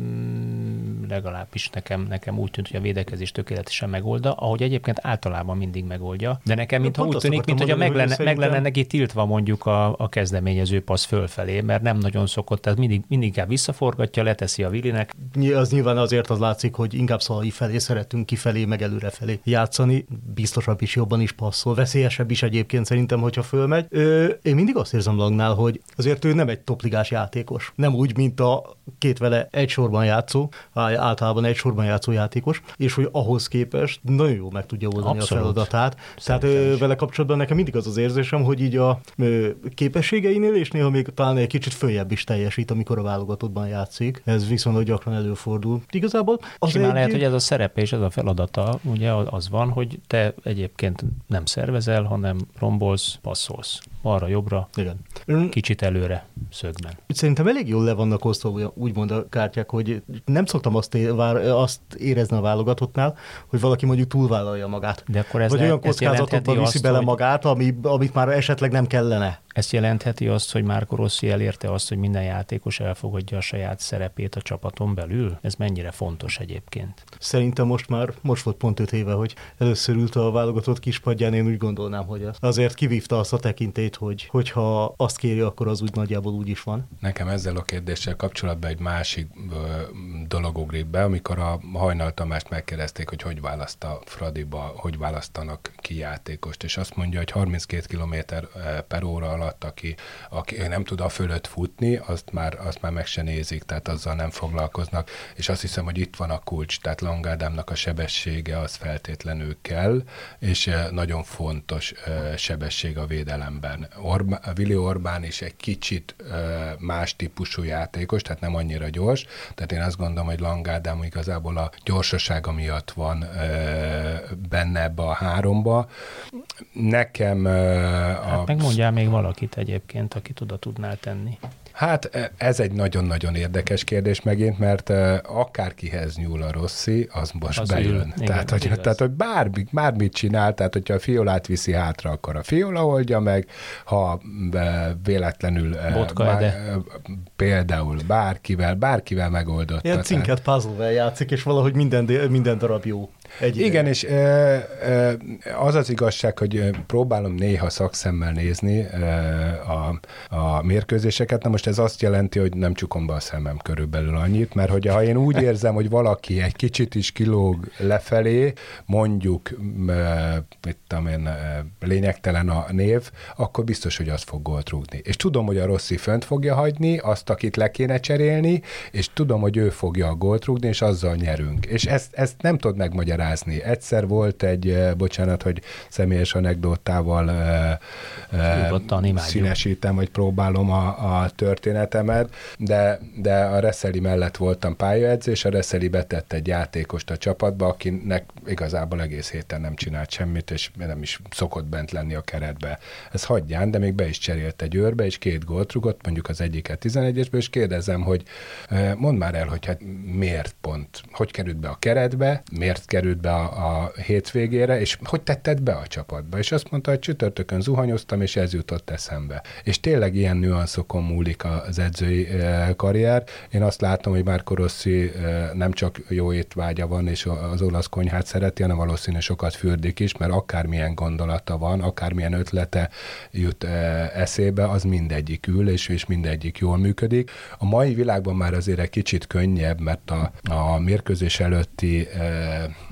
legalábbis nekem, nekem úgy tűnt, hogy a védekezés tökéletesen megoldja, ahogy egyébként általában mindig megoldja, de nekem mintha úgy tűnik, mint hogy meg lenne, meg lenne neki tiltva mondjuk a, a kezdeményező passz fölfelé, mert nem nagyon szokott, tehát mindig, mindig inkább visszaforgatja, leteszi a Vilinek. Az nyilván azért az látszik, hogy inkább Szalai felé szeretünk kifelé, meg előre felé játszani, biztosabb is, jobban is passzol, veszélyesebb is egyébként szerintem, hogyha fölmegy. Ö, én mindig azt érzem Langnál, hogy azért ő nem egy topligás játékos. Nem úgy, mint a két vele egy sorban játszó, általában egy sorban játszó játékos, és hogy ahhoz képest nagyon jól meg tudja oldani Abszolút. a feladatát. Szerintem Tehát ö, vele kapcsolatban nekem mindig az az érzésem, hogy így a ö, képességeinél, és néha még talán egy kicsit följebb is teljesít, amikor a válogatottban játszik. Ez viszonylag gyakran előfordul. Igazából az Simán egy... lehet, hogy ez a szerepe és ez a feladata, ugye az van, hogy te egyébként nem szervezel, hanem rombolsz, passzolsz. Arra, jobbra, Igen. kicsit előre, szögben. Szerintem elég jól le vannak osztva úgymond a kártyák, hogy nem szoktam azt, é- vár, azt érezni a válogatottnál, hogy valaki mondjuk túlvállalja magát. De akkor ez Vagy le, olyan kockázatokba viszi azt, bele hogy... magát, ami, amit már esetleg nem kellene. Ezt jelentheti azt, hogy Marco Rossi elérte azt, hogy minden játékos elfogadja a saját szerepét a csapaton belül? Ez mennyire fontos egyébként? Szerintem most már, most volt pont öt éve, hogy először ült a válogatott kispadján, én úgy gondolnám, hogy azért kivívta azt a tekintélyt, hogy hogyha azt kéri, akkor az úgy nagyjából úgy is van. Nekem ezzel a kérdéssel kapcsolatban egy másik ö, dolog ugrik be, amikor a Hajnal Tamást megkérdezték, hogy hogy választ a Fradiba, hogy választanak ki játékost, és azt mondja, hogy harminckét kilométer per óra alatt, aki, aki nem tud a fölött futni, azt már, azt már meg se nézik, tehát azzal nem foglalkoznak, és azt hiszem, hogy itt van a kulcs, tehát Lang Ádámnak a sebessége az feltétlenül kell, és nagyon fontos sebesség a védelemben. Orbán, Vili Orbán is egy kicsit más típusú játékos, tehát nem annyira gyors, tehát én azt gondolom, hogy Lang Ádám igazából a gyorsasága miatt van benne ebbe a háromba. Nekem... Hát a... megmondjál még valakit egyébként, akit oda tudnál tenni. Hát ez egy nagyon-nagyon érdekes kérdés megint, mert akárkihez nyúl a Rossi, az most az bejön. Ül. Igen, tehát, hogy, tehát, hogy bármi, bármit csinál, tehát hogyha a Fiolát viszi hátra, akkor a Fiola oldja meg, ha véletlenül bár, például bárkivel, bárkivel megoldotta. Ilyen cinket puzzle-vel játszik, és valahogy minden, minden darab jó. Egy Igen, és az az igazság, hogy próbálom néha szakszemmel nézni a, a mérkőzéseket. Na most ez azt jelenti, hogy nem csukom be a szemem körülbelül annyit, mert hogy ha én úgy érzem, hogy valaki egy kicsit is kilóg lefelé, mondjuk, mit tudom én, lényegtelen a név, akkor biztos, hogy az fog gólt rúgni. És tudom, hogy a Rossi fönt fogja hagyni, azt, akit le kéne cserélni, és tudom, hogy ő fogja a gólt rúgni, és azzal nyerünk. És ezt, ezt nem tud megmagyarázni. Egyszer volt egy, bocsánat, hogy személyes anekdótával uh, színesítem, vagy próbálom a, a történetemet, de, de a Reszeli mellett voltam pályaedzés, a Reszeli betett egy játékost a csapatba, akinek igazából egész héten nem csinált semmit, és nem is szokott bent lenni a keretbe. Ez hagyján, de még be is cserélt egy őrbe, és két gólt rugott, mondjuk az egyiket tizenegyesből, és kérdezem, hogy mondd már el, hogy hát miért pont, hogy került be a keretbe, miért került be a, a hétvégére, és hogy tetted be a csapatba? És azt mondta, hogy csütörtökön zuhanyoztam, és ez jutott eszembe. És tényleg ilyen nüanszokon múlik az edzői karrier. Én azt látom, hogy Marco Rossi nem csak jó étvágya van, és az olasz konyhát szereti, hanem valószínűleg sokat fürdik is, mert akármilyen gondolata van, akármilyen ötlete jut eszébe, az mindegyik ül, és, és mindegyik jól működik. A mai világban már azért egy kicsit könnyebb, mert a, a mérkőzés előtti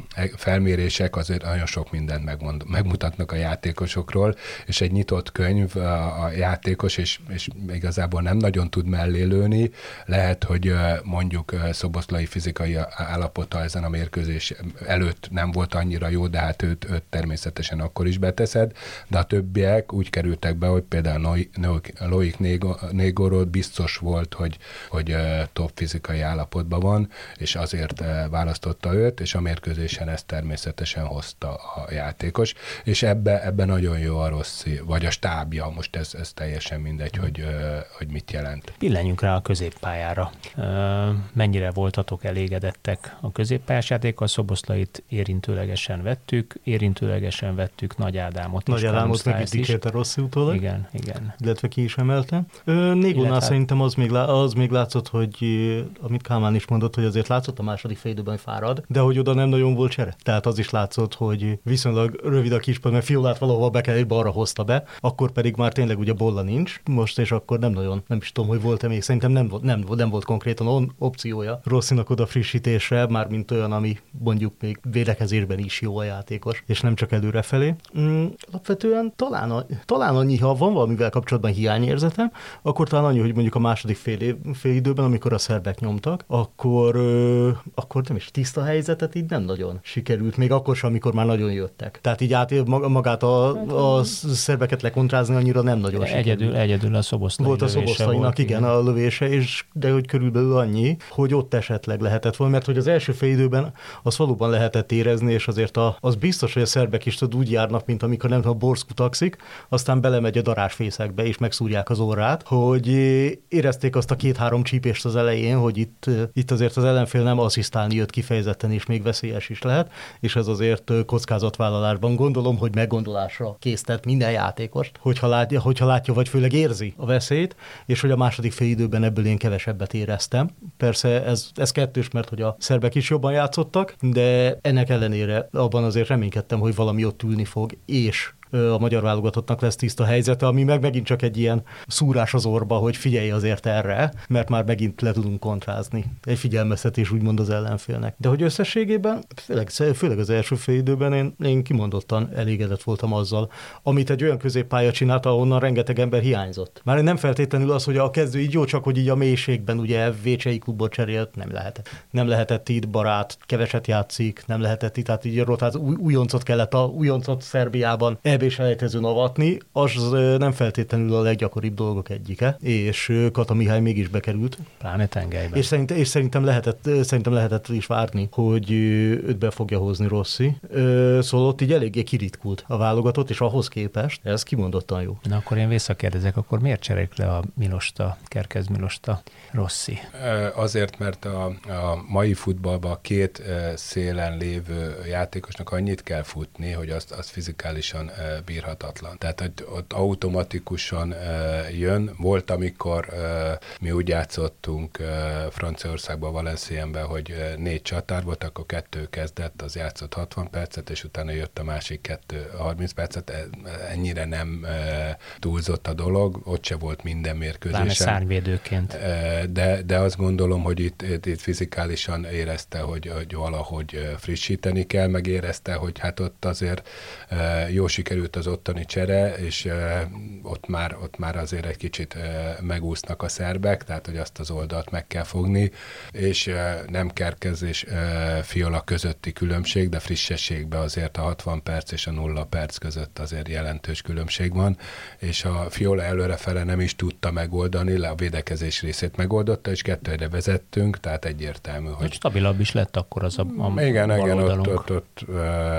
felmérések azért nagyon sok mindent megmond, megmutatnak a játékosokról, és egy nyitott könyv a, a játékos, és, és igazából nem nagyon tud mellélőni. Lehet, hogy mondjuk Szoboszlai fizikai állapota ezen a mérkőzés előtt nem volt annyira jó, de hát őt, őt természetesen akkor is beteszed, de a többiek úgy kerültek be, hogy például Loic Négorról biztos volt, hogy, hogy top fizikai állapotban van, és azért választotta őt, és a mérkőzésen ezt természetesen hozta a játékos, és ebbe, ebbe nagyon jó a Rossi, vagy a stábja, most ez, ez teljesen mindegy, hogy, hogy mit jelent. Pillenjünk rá a középpályára. Mennyire voltatok elégedettek a középpályás játékkal? Szoboszlait érintőlegesen vettük, érintőlegesen vettük Nagy Ádámot Nagy Ádámot meg dicsérte Rossi utólag. Igen, igen. Illetve ki is emelte. Négónál Illetve... szerintem az még, lá, az még látszott, hogy amit Kálmán is mondott, hogy azért látszott a második fél időben fárad, de hogy oda nem nagyon volt csere. Tehát az is látszott, hogy viszonylag rövid a kispad, mert Fiolát valahol be kell, balra hozta be, akkor pedig már tényleg ugye Bolla nincs most, és akkor nem nagyon, nem is tudom, hogy volt-e még, szerintem nem volt, nem, nem volt konkrétan on, opciója Rossinak oda frissítésre, már mint olyan, ami mondjuk még védekezésben is jó a játékos, és nem csak előrefelé. Mm, alapvetően talán, a, talán annyi, ha van valamivel kapcsolatban hiányérzetem, akkor talán annyi, hogy mondjuk a második fél, év, fél időben, amikor a szerbek nyomtak, akkor, ö, akkor nem is tiszta helyzetet így nem nagyon sikerült, még akkor sem, amikor már nagyon jöttek. Tehát így át magát a, a szerbeket lekontrázni annyira nem nagyon sikerült. Egyedül, egyedül a Szoboszlai Volt a Szoboszlainak, igen, igen, a lövése, és de hogy körülbelül annyi, hogy ott esetleg lehetett volna, mert hogy az első fél időben az valóban lehetett érezni, és azért a, az biztos, hogy a szerbek is tud úgy járnak, mint amikor nem a Borszku taxik, aztán belemegy a darásfészekbe, és megszúrják az orrát, hogy érezték azt a két-három csípést az elején, hogy itt, itt azért az ellenfél nem asszisztálni jött kifejezetten, és még veszélyes is lehet, és ez azért kockázatvállalásban gondolom, hogy meggondolásra késztet minden játékost, hogyha látja, hogyha látja, vagy főleg érzi a veszélyt, és hogy a második fél időben ebből én kevesebbet éreztem. Persze ez, ez kettős, mert hogy a szerbek is jobban játszottak, de ennek ellenére abban azért reménykedtem, hogy valami ott ülni fog, és a magyar válogatottnak lesz tiszta helyzete, ami meg megint csak egy ilyen szúrás az orba, hogy figyelj azért erre, mert már megint le tudunk kontrázni. Egy figyelmeztetés úgymond az ellenfélnek. De hogy összességében, főleg, főleg az első fél időben én, én kimondottan elégedett voltam azzal, amit egy olyan középpálya csinálta, ahonnan rengeteg ember hiányzott. Már nem feltétlenül az, hogy a kezdő így jó, csak hogy így a mélységben ugye Vécsei klubot cserélt, nem lehetett. Nem lehetett itt Barát, keveset játszik, nem lehetett itt, tehát így a rotát, új, újoncot kellett a újoncot Szerbiában és elejtezőn avatni, az nem feltétlenül a leggyakoribb dolgok egyike, és Kata Mihály mégis bekerült. Pláne tengelyben. És, szerint, és szerintem, lehetett, szerintem lehetett is várni, hogy őt be fogja hozni Rossi. Szóval ott így eléggé kiritkult a válogatott, és ahhoz képest ez kimondottan jó. Na akkor én visszakérdezek, akkor miért cserélik le a Milosta, Kerkez Milosta Rossi? Azért, mert a, a mai futballban a két szélen lévő játékosnak annyit kell futni, hogy azt, azt fizikálisan bírhatatlan. Tehát, hogy ott automatikusan uh, jön. Volt, amikor uh, mi úgy játszottunk uh, Franciaországban, Valencienben, hogy uh, négy csatár volt, akkor kettő kezdett, az játszott hatvan percet, és utána jött a másik kettő harminc percet. Ennyire nem uh, túlzott a dolog, ott se volt minden mérkőzésen. Pláne szárnyvédőként. Uh, de, de azt gondolom, hogy itt, itt, itt fizikálisan érezte, hogy, hogy valahogy frissíteni kell, meg érezte, hogy hát ott azért uh, jó sikerült az ottani csere, és uh, ott, már, ott már azért egy kicsit uh, megúsznak a szerbek, tehát hogy azt az oldalt meg kell fogni, és uh, nem Kerkez és uh, Fiola közötti különbség, de frissességben azért a hatvan perc és a nulla perc között azért jelentős különbség van, és a Fiola előrefele nem is tudta megoldani, le a védekezés részét megoldotta, és kettőre vezettünk, tehát egyértelmű, hogy... hogy stabilabb is lett akkor az a, a igen, igen, ott, ott, ott uh,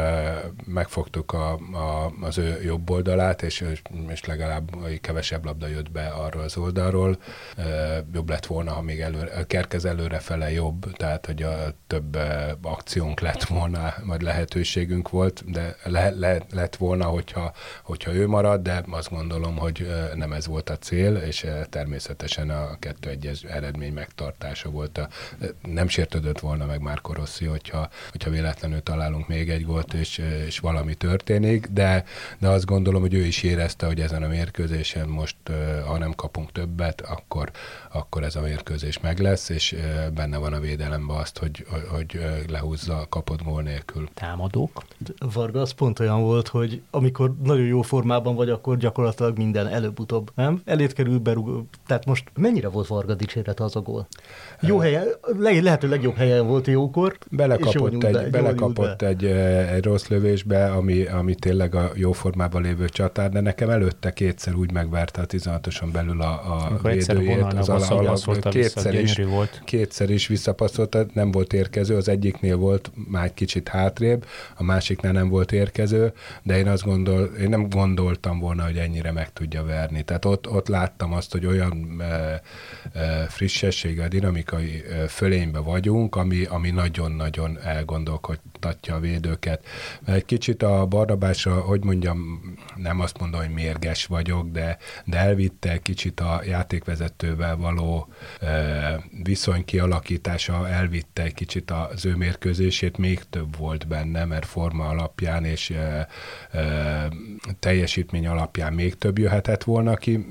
megfogtuk a, a, az ő jobb oldalát, és, és legalább kevesebb labda jött be arról az oldalról. Jobb lett volna, ha még előre, Kerkez előrefele jobb, tehát hogy a több akciónk lett volna, vagy lehetőségünk volt, de le, le, lett volna, hogyha, hogyha ő marad, de azt gondolom, hogy nem ez volt a cél, és természetesen a kettő egyes eredmény megtartása volt. A, nem sértődött volna meg Marco Rossi, hogyha, hogyha véletlenül találunk még egy gólt, és, és valami történik, de de azt gondolom, hogy ő is érezte, hogy ezen a mérkőzésen most, ha nem kapunk többet, akkor, akkor ez a mérkőzés meg lesz, és benne van a védelemben azt, hogy, hogy lehúzza a kapott gól nélkül. Támadók? Varga az pont olyan volt, hogy amikor nagyon jó formában vagy, akkor gyakorlatilag minden előbb-utóbb, nem? Elét kerül berúg. Tehát most mennyire volt Varga dicsérete az a gól? Jó helyen, le- lehető legjobb helyen volt jókor. Belekapott, egy, be, belekapott be. egy, egy rossz lövésbe, ami, ami tényleg a jó formában lévő csatár, de nekem előtte kétszer úgy megverte a tizenhatoson belül a, a védőjét. Az alap, kétszer, is, volt. kétszer is visszapasszolta, nem volt érkező, az egyiknél volt már egy kicsit hátrébb, a másiknál nem volt érkező, de én azt gondol, én nem gondoltam volna, hogy ennyire meg tudja verni. Tehát ott, ott láttam azt, hogy olyan e, e, frissességgel, dinamikai e, fölénybe vagyunk, ami, ami nagyon-nagyon elgondolkodtatja a védőket. Egy kicsit a Barnabásra, hogy mondjam, nem azt mondom, hogy mérges vagyok, de, de elvitte kicsit a játékvezetővel való e, viszony kialakítása, elvitte egy kicsit az ő mérkőzését, még több volt benne, mert forma alapján és e, e, teljesítmény alapján még több jöhetett volna ki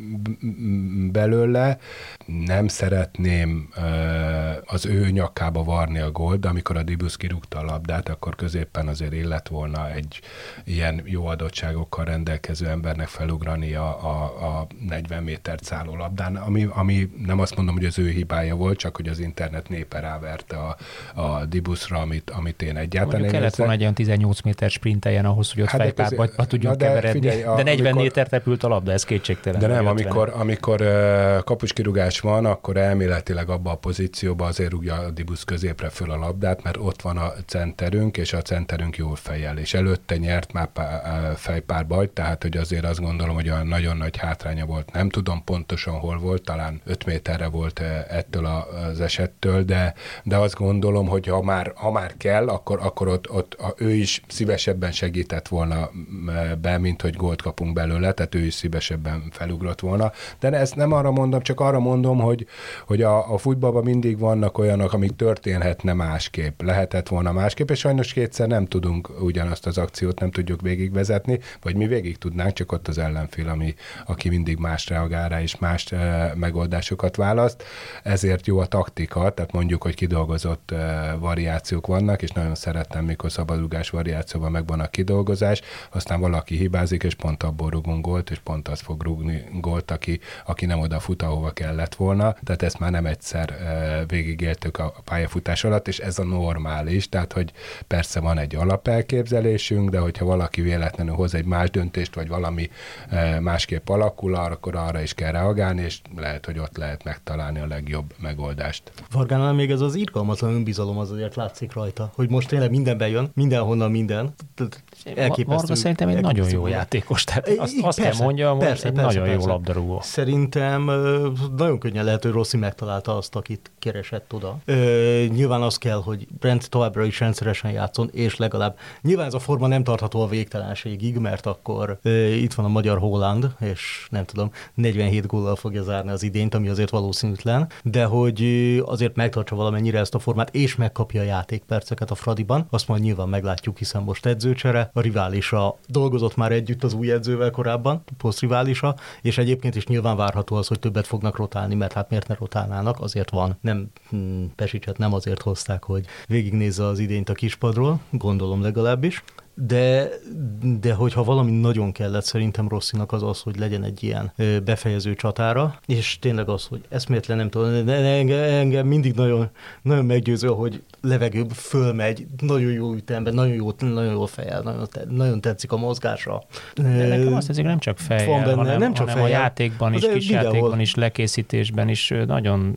belőle. Nem szeretném e, az ő nyakába varni a gólt, de amikor a Dibusz kirúgta a labdát, akkor középen azért illet volna egy ilyen jó adottságokkal rendelkező embernek felugrani a, a, a negyven métert szálló labdán, ami, ami nem azt mondom, hogy az ő hibája volt, csak hogy az internet népe ráverte a, a Dibuszra, amit, amit én egyáltalán mondjuk kellett volna egy olyan tizennyolc méter sprinteljen ahhoz, hogy ott hát fejpárba tudjunk de keveredni. Figyelj, a, de negyven amikor, méter repült a labda, ez kétségtelen. De nem, amikor, amikor uh, kapuskirúgás van, akkor elméletileg abba a pozícióba azért rúgja a Dibusz középre föl a labdát, mert ott van a centerünk, és a centerünk jól fejel, és előtte nyert már fejpárbajt, tehát hogy azért azt gondolom, hogy olyan nagyon nagy hátránya volt. Nem tudom pontosan hol volt, talán öt méterre volt ettől az esettől, de, de azt gondolom, hogy ha már, ha már kell, akkor, akkor ott, ott ő is szívesebben segített volna be, mint hogy gólt kapunk belőle, tehát ő is szívesebben felugrott volna. De ezt nem arra mondom, csak arra mondom, hogy, hogy a, a futballban mindig vannak olyanok, amik történhetne másképp, lehetett volna másképp, és sajnos kétszer nem tudunk ugyanazt az akciót, nem tudjuk végigvezetni, vagy mi végig tudnánk, csak ott az ellenfél, ami, aki mindig más reagál rá, és más e, megoldásokat választ. Ezért jó a taktika, tehát mondjuk, hogy kidolgozott e, variációk vannak, és nagyon szeretem, mikor szabadrugás variációban megvan a kidolgozás, aztán valaki hibázik, és pont abból rúgunk gólt, és pont az fog rúgni gólt, aki, aki nem oda fut, ahova kellett volna. Tehát ezt már nem egyszer e, végigéltük a pályafutás alatt, és ez a normális, tehát hogy persze van egy alapelképzelésünk, de hogyha valaki véletlenül hoz egy más döntést, vagy valami e, másképp alakul, akkor arra is kell reagálni, és lehet, hogy ott lehet megtalálni a legjobb megoldást. Vargánál még ez az irgalmatlan önbizalom az azért látszik rajta, hogy most tényleg mindenben jön, mindenhonnan minden. Elképesztő. Varga szerintem egy nagyon jó játékos, tehát azt, azt persze, kell mondjam, hogy persze, egy persze, nagyon persze. jó labdarúgó. Szerintem nagyon könnyen lehet, hogy Rossi megtalálta azt, akit keresett oda. Ö, nyilván az kell, hogy Brent továbbra is rendszeresen játszon, és legalább nyilván ez a forma nem tartható a végtelenségig, mert akkor ö, itt van a magyar Haaland, és nem tudom, negyvenhét góllal fogja zárni az idényt, ami azért valószínűtlen, de hogy azért megtartsa valamennyire ezt a formát, és megkapja a játékperceket a Fradiban, azt majd nyilván meglátjuk, hiszen most edzőcsere, a riválisa dolgozott már együtt az új edzővel korábban, posztriválisa, és egyébként is nyilván várható az, hogy többet fognak rotálni, mert hát miért ne rotálnának, azért van. Nem, hm, Pesicset nem azért hozták, hogy végignézze az idényt a kispadról, gondolom legalábbis. De, de hogyha valami nagyon kellett szerintem Rossinak az az, hogy legyen egy ilyen befejező csatára, és tényleg az, hogy eszméletlen nem tudom, de engem, engem mindig nagyon, nagyon meggyőző, hogy levegőbb fölmegy, nagyon jó ütemben, nagyon jó, nagyon jól fejel, nagyon, nagyon tetszik a mozgása. De nekem azt tetszik, nem csak fejel, benne, hanem, nem csak hanem fejel. A játékban is, kisjátékban is, lekészítésben is nagyon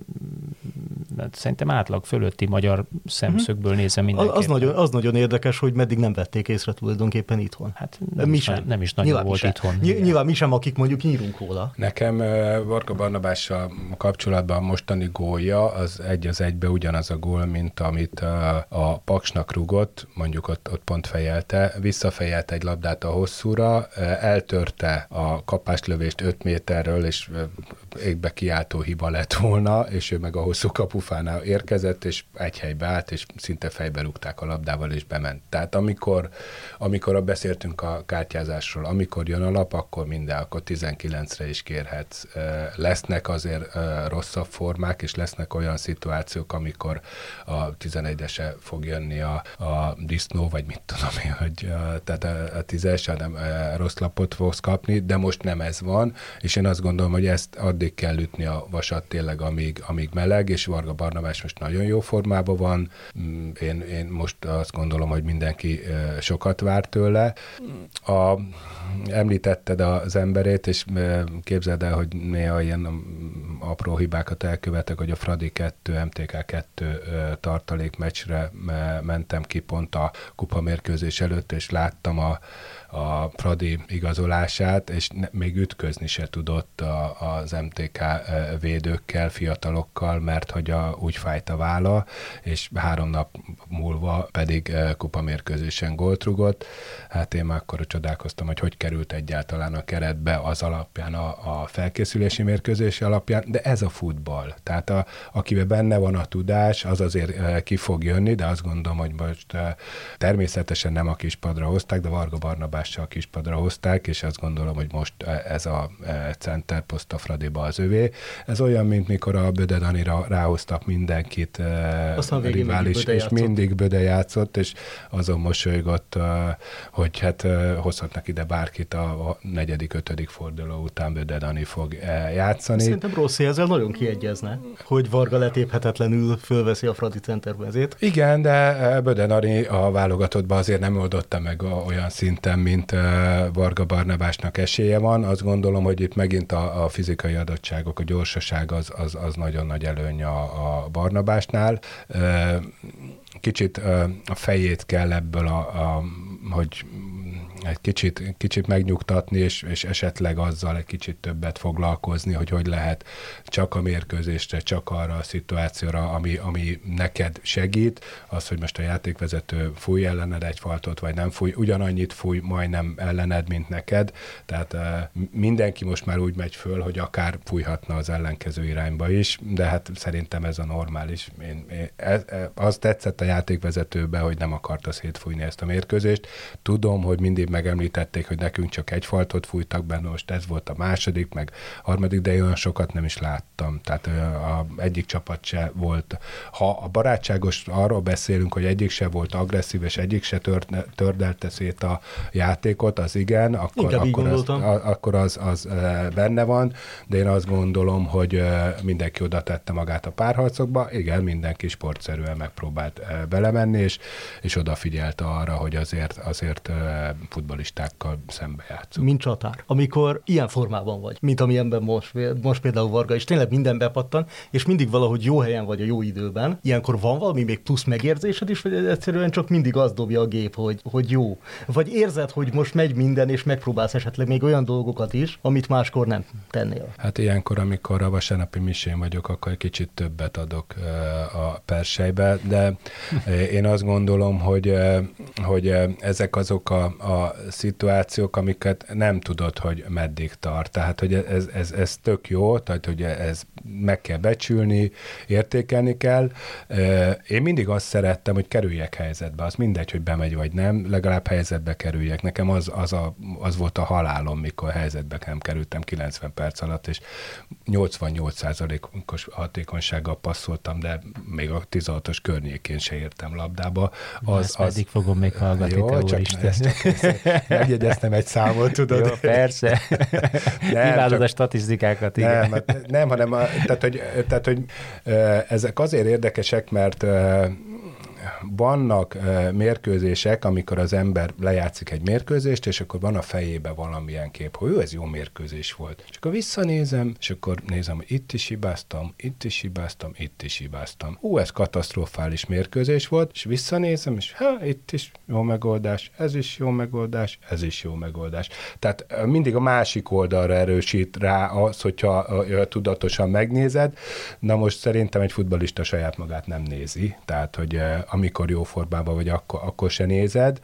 szerintem átlag fölötti magyar szemszögből nézem mindenképpen. Az nagyon, az nagyon érdekes, hogy meddig nem vették észre tulajdonképpen itthon. Hát nem, mi is, sem. nem is nagyon nyilván volt itthon. Ny- nyilván mi sem, akik mondjuk nyírunk róla. Nekem Varga Barnabással kapcsolatban a mostani gólja az egy az egybe ugyanaz a gól, mint amit a, a Paksnak rugott, mondjuk ott, ott pont fejelte, visszafejelte egy labdát a hosszúra, eltörte a kapáslövést öt méterről, és égbe kiáltó hiba lett volna, és ő meg a hosszú kapu katasztrófánál érkezett, és egy helybe állt, és szinte fejbe rúgták a labdával, és bement. Tehát amikor, amikor beszéltünk a kártyázásról, amikor jön a lap, akkor minden, akkor tizenkilencre is kérhetsz. Lesznek azért rosszabb formák, és lesznek olyan szituációk, amikor a tizenegyese fog jönni a, a disznó, vagy mit tudom én, hogy a, tehát a, a tízes, hanem rossz lapot fogsz kapni, de most nem ez van, és én azt gondolom, hogy ezt addig kell ütni a vasat tényleg, amíg, amíg meleg, és Varga Barnabás most nagyon jó formában van. Én, én most azt gondolom, hogy mindenki sokat vár tőle. A, említetted az emberét, és képzeld el, hogy néha ilyen apró hibákat elkövetek, hogy a Fradi kettő, em té ká kettő tartalék meccsre mentem ki pont a kupamérkőzés előtt, és láttam a a Fradi igazolását, és ne, még ütközni se tudott a, az em té ká védőkkel, fiatalokkal, mert hogy a, úgy fájt a válla, és három nap múlva pedig kupamérkőzésen gólt rugott. Hát én már akkor csodálkoztam, hogy hogy került egyáltalán a keretbe az alapján, a, a felkészülési mérkőzési alapján, de ez a futball. Tehát a, akiben benne van a tudás, az azért ki fog jönni, de azt gondolom, hogy most természetesen nem a kispadra hozták, de Varga Barnabás a kispadra hozták, és azt gondolom, hogy most ez a center poszt a Fradiba az övé. Ez olyan, mint mikor a Böde Danira ráhoztak mindenkit aztán rivális, mindig és mindig Böde játszott, és azon mosolygott, hogy hát hozhatnak ide bárkit a negyedik, ötödik forduló után Böde Dani fog játszani. Szerintem Rossi ezzel nagyon kiegyezne, hogy Varga letéphetetlenül fölveszi a Fradi centermezét. Igen, de Böde Dani a válogatottban azért nem oldotta meg olyan szinten, mint Varga Barnabásnak esélye van. Azt gondolom, hogy itt megint a, a fizikai adottságok, a gyorsaság az, az, az nagyon nagy előny a, a Barnabásnál. Kicsit a fejét kell ebből, a, a, hogy egy kicsit, kicsit megnyugtatni, és, és esetleg azzal egy kicsit többet foglalkozni, hogy hogy lehet csak a mérkőzésre, csak arra a szituációra, ami, ami neked segít, az, hogy most a játékvezető fúj ellened egy faltot, vagy nem fúj, ugyanannyit fúj majdnem ellened, mint neked, tehát uh, mindenki most már úgy megy föl, hogy akár fújhatna az ellenkező irányba is, de hát szerintem ez a normális. Én, én, ez, az tetszett a játékvezetőbe, hogy nem akarta szétfújni ezt a mérkőzést. Tudom, hogy mindig megemlítették, hogy nekünk csak egy faltot fújtak benne, most ez volt a második, meg harmadik, de olyan sokat nem is láttam. Tehát a egyik csapat se volt. Ha a barátságos arról beszélünk, hogy egyik se volt agresszív, és egyik se tört, tördelte szét a játékot, az igen, akkor, akkor, az, akkor az, az benne van, de én azt gondolom, hogy mindenki oda tette magát a párharcokba, igen, mindenki sportszerűen megpróbált belemenni, és, és odafigyelt arra, hogy azért, azért futballistákkal szembe játszunk. Mint csatár. Amikor ilyen formában vagy, mint amilyenben most, most például Varga, és tényleg minden bepattan, és mindig valahogy jó helyen vagy a jó időben, ilyenkor van valami még plusz megérzésed is, vagy egyszerűen csak mindig azt dobja a gép, hogy, hogy jó. Vagy érzed, hogy most megy minden, és megpróbálsz esetleg még olyan dolgokat is, amit máskor nem tennél? Hát ilyenkor, amikor a vasárnapi misén vagyok, akkor egy kicsit többet adok a persejbe, de én azt gondolom, hogy, hogy ezek azok a, a szituációk, amiket nem tudod, hogy meddig tart. Tehát, hogy ez, ez, ez tök jó, tehát, hogy ez meg kell becsülni, értékelni kell. Én mindig azt szerettem, hogy kerüljek helyzetbe. Az mindegy, hogy bemegy vagy nem, legalább helyzetbe kerüljek. Nekem az, az, a, az volt a halálom, mikor helyzetbe nem kerültem kilencven perc alatt, és nyolcvannyolc százalékos hatékonysággal passzoltam, de még a tizenhatos környékén se értem labdába. Az, ezt az... eddig fogom még hallgatni, jó, te csak megjegyeztem egy számot, tudod. Jó, persze. Imádod a statisztikákat, igen. Nem, nem hanem a, tehát, hogy, tehát, hogy ezek azért érdekesek, mert vannak uh, mérkőzések, amikor az ember lejátszik egy mérkőzést, és akkor van a fejébe valamilyen kép, hogy ő, ez jó mérkőzés volt. És akkor visszanézem, és akkor nézem, hogy itt is hibáztam, itt is hibáztam, itt is hibáztam. Hú, ez katasztrofális mérkőzés volt, és visszanézem, és ha, itt is jó megoldás, ez is jó megoldás, ez is jó megoldás. Tehát uh, mindig a másik oldalra erősít rá az, hogyha uh, tudatosan megnézed. Na most szerintem egy futballista saját magát nem nézi. Tehát, hogy uh, amikor jó formában vagy, akkor, akkor se nézed.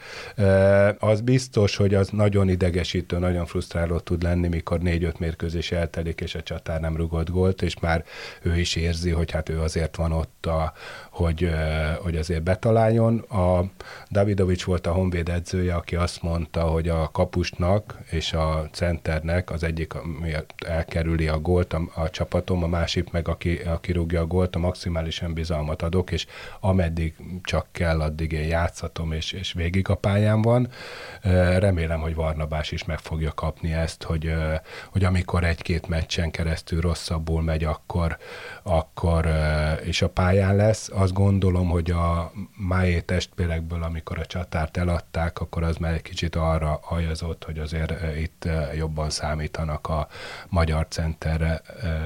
Az biztos, hogy az nagyon idegesítő, nagyon frusztráló tud lenni, mikor négy-öt mérkőzés eltelik, és a csatár nem rugott gólt, és már ő is érzi, hogy hát ő azért van ott, a, hogy, hogy azért betaláljon. A Davidovics volt a Honvéd edzője, aki azt mondta, hogy a kapusnak és a centernek az egyik, ami elkerüli a gólt a, a csapatom, a másik meg, aki, aki rúgja a gólt, a maximális önbizalmat adok, és ameddig csak kell, addig én játszhatom, és, és végig a pályán van. Remélem, hogy Varnabás is meg fogja kapni ezt, hogy, hogy amikor egy-két meccsen keresztül rosszabbul megy, akkor, akkor és a pályán lesz. Azt gondolom, hogy a Máé testpélekből, amikor a csatárt eladták, akkor az már egy kicsit arra hajazott, hogy azért itt jobban számítanak a magyar centerre,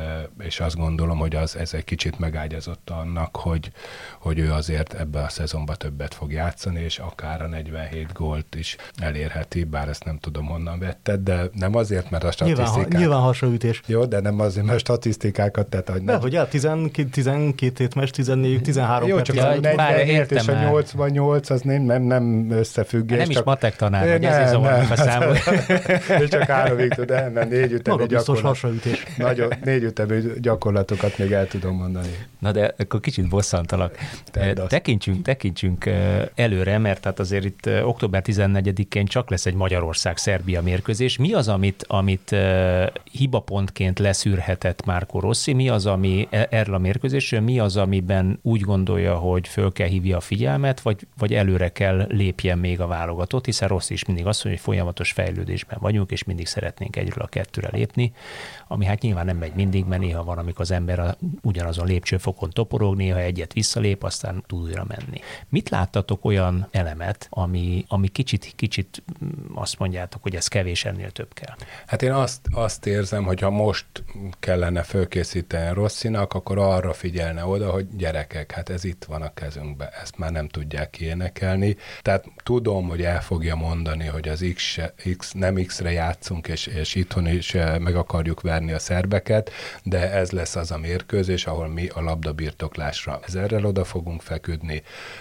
és azt gondolom, hogy az, ez egy kicsit megágyazott annak, hogy, hogy ő azért ebbe a szezonban többet fog játszani, és akár a negyvenhét gólt is elérheti, bár ezt nem tudom honnan vetted, de nem azért, mert a statisztikák... Nyilván, nyilván hasonlítés. Jó, de nem azért, mert a statisztikákat, tehát... Hogy nem... De, hogy hát tizenkét hét meccs, tizennégy, tizenhárom Jó, csak a negyvenhét és a nyolcvannyolc az nem, nem, nem összefüggés. Nem csak... is matek tanár, hogy ezért zavarnak a számot. És csak háromig tud, nem, nem, négy ütemű gyakorlat. Nagyon, négy ütemű gyakorlatokat még el tudom mondani. Na de akkor kicsit bosszantalak. Tekintsünk, tekintsünk előre, mert hát azért itt október tizennegyedikén csak lesz egy Magyarország-Szerbia mérkőzés. Mi az, amit, amit uh, hibapontként leszűrhetett Marco Rossi? Mi az, ami erről a mérkőzésről, mi az, amiben úgy gondolja, hogy föl kell hívja a figyelmet, vagy, vagy előre kell lépjen még a válogatott, hiszen Rossi is mindig azt mondja, hogy folyamatos fejlődésben vagyunk, és mindig szeretnénk egyről a kettőre lépni, ami hát nyilván nem megy mindig, mert néha van, amikor az ember a, ugyanazon lépcsőfokon toporog, néha egyet visszalép, aztán tud újra menni. Mit láttatok olyan elemet, ami, ami kicsit, kicsit azt mondjátok, hogy ez kevés, ennél több kell? Hát én azt, azt érzem, hogy ha most kellene fölkészíteni Rossinak, akkor arra figyelne oda, hogy gyerekek, hát ez itt van a kezünkben, ezt már nem tudják kiénekelni. Tehát tudom, hogy el fogja mondani, hogy az X, X nem X-re játszunk, és, és itthon is meg akarjuk verni a szerbeket, de ez lesz az a mérkőzés, ahol mi a labdabirtoklásra ezerrel oda fogunk feküdni.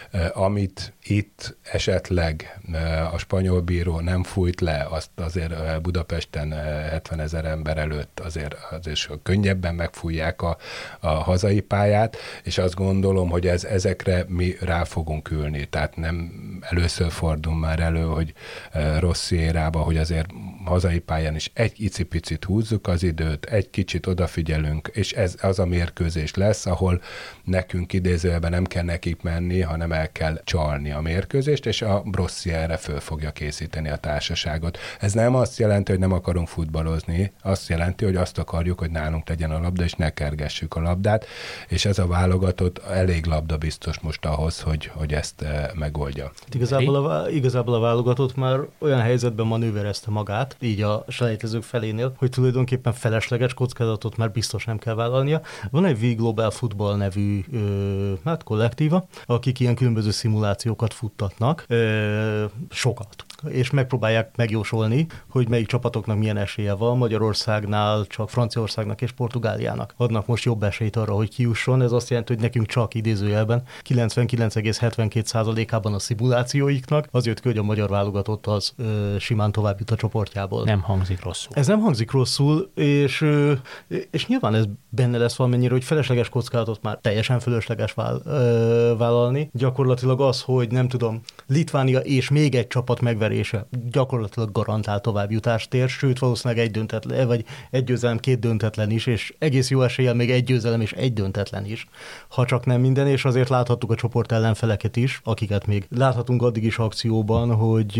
Amit itt esetleg a spanyol bíró nem fújt le, azt azért Budapesten hetvenezer ember előtt azért, azért könnyebben megfújják a, a hazai pályát, és azt gondolom, hogy ez, ezekre mi rá fogunk ülni. Tehát nem először fordul már elő, hogy Rossi érába, hogy azért hazai pályán is egy icipicit húzzuk az időt, egy kicsit odafigyelünk, és ez az a mérkőzés lesz, ahol nekünk idézőjelben nem kell nekik menni, hanem el kell csalni a mérkőzést, és a Rossi erre föl fogja készíteni a társaságot. Ez nem azt jelenti, hogy nem akarunk futballozni, azt jelenti, hogy azt akarjuk, hogy nálunk legyen a labda, és ne kergessük a labdát, és ez a válogatott elég labda biztos most ahhoz, hogy, hogy ezt e, megoldja. Igazából a, igazából a válogatott már olyan helyzetben manőverezte magát, így a selejtezők felénél, hogy tulajdonképpen felesleges kockázatot már biztos nem kell vállalnia. Van egy V Global Football nevű ö, hát kollektíva, akik ilyen különböző szimulációkat futtatnak, ö, sokat, és megpróbálják megjósolni, hogy melyik csapatoknak milyen esélye van. Magyarországnál csak Franciaországnak és Portugáliának adnak most jobb esélyt arra, hogy kijusson. Ez azt jelenti, hogy nekünk csak idézőjelben kilencvenkilenc egész hetvenkét százalékában a szimulációiknak az jött ki, hogy a magyar válogatott az ö, simán tovább jut a csoportjából. Nem hangzik rosszul. Ez nem hangzik rosszul, és, ö, és nyilván ez benne lesz valamennyire, hogy felesleges kockázatot már teljesen fölösleges vál, ö, vállalni. Gyakorlatilag az, hogy nem tudom, Litvánia és még egy csapat megverése gyakorlatilag garantált továbbjutást ér, sőt valószínűleg egy döntetlen, vagy egy győzelem, két döntetlen is, és egész jó eséllyel még egy győzelem és egy döntetlen is, ha csak nem minden, és azért láthattuk a csoport ellenfeleket is, akiket még láthatunk addig is akcióban, hogy,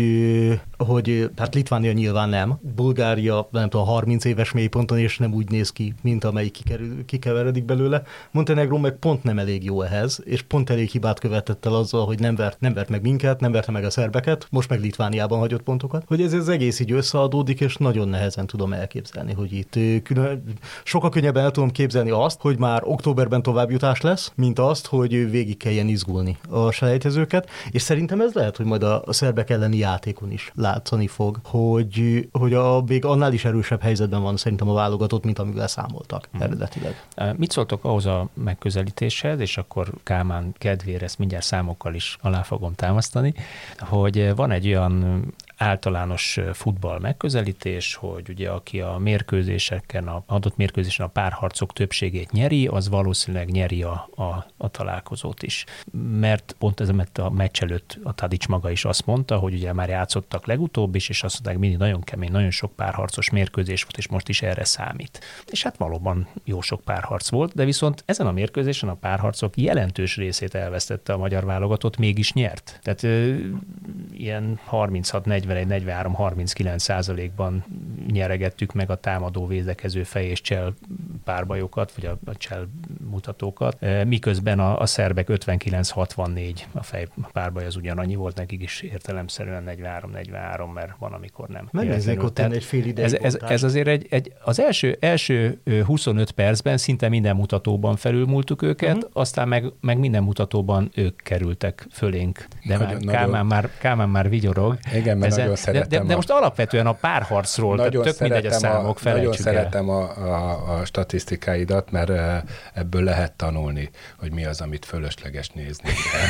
hogy hát Litvánia nyilván nem, Bulgária nem tudom, harminc éves mélyponton, és nem úgy néz ki, mint amelyik kikerül, kikeveredik belőle. Montenegro meg pont nem elég jó ehhez, és pont elég hibát követett el azzal, hogy nem vert, nem vert meg minket, nem verte meg a szerbeket, most meg Litvániában hagyott pontokat, hogy ez az egész így összeadódik, és nagyon nehezen tudom elképzelni, hogy itt külön, sokkal könnyebben el tudom képzelni azt, hogy már októberben továbbjutás lesz, mint azt, hogy végig kelljen izgulni a selejtezőket, és szerintem ez lehet, hogy majd a szerbek elleni játékon is látszani fog, hogy hogy, hogy a még annál is erősebb helyzetben van szerintem a válogatott, mint amivel számoltak hmm. eredetileg. Mit szóltok ahhoz a megközelítéshez, és akkor Kálmán kedvére ezt mindjárt számokkal is alá fogom támasztani, hogy van egy olyan általános futball megközelítés, hogy ugye aki a mérkőzéseken, a adott mérkőzésen a párharcok többségét nyeri, az valószínűleg nyeri a, a, a találkozót is. Mert pont ez a meccs előtt a Tadić maga is azt mondta, hogy ugye már játszottak legutóbb is, és azt mondták, mindig nagyon kemény, nagyon sok párharcos mérkőzés volt, és most is erre számít. És hát valóban jó sok párharc volt, de viszont ezen a mérkőzésen a párharcok jelentős részét elvesztette a magyar válogatott, mégis nyert. Tehát ö, ilyen harminchat negyvenegy negyvenhárom harminckilenc százalékban nyeregettük meg a támadó, védekező fej és csel párbajokat, vagy a, a csel mutatókat, miközben a, a szerbek ötvenkilenc hatvannégy, a fej párbaj az ugyanannyi volt, nekik is értelemszerűen negyvenhárom negyvenhárom, mert van, amikor nem. Megnézzék ott egy fél ideig. Ez, ez, ez azért egy, egy, az első, első huszonöt percben szinte minden mutatóban felülmúltuk őket, uh-huh. aztán meg, meg minden mutatóban ők kerültek fölénk. De nagyon, már Kálmán, már, Kálmán már vigyorog. Igen, mert nagyon de, de, de most alapvetően a párharcról, tehát tök mindegy a számok, felejtsük Nagyon szeretem a, a, a statisztikáidat, mert ebből lehet tanulni, hogy mi az, amit fölösleges nézni.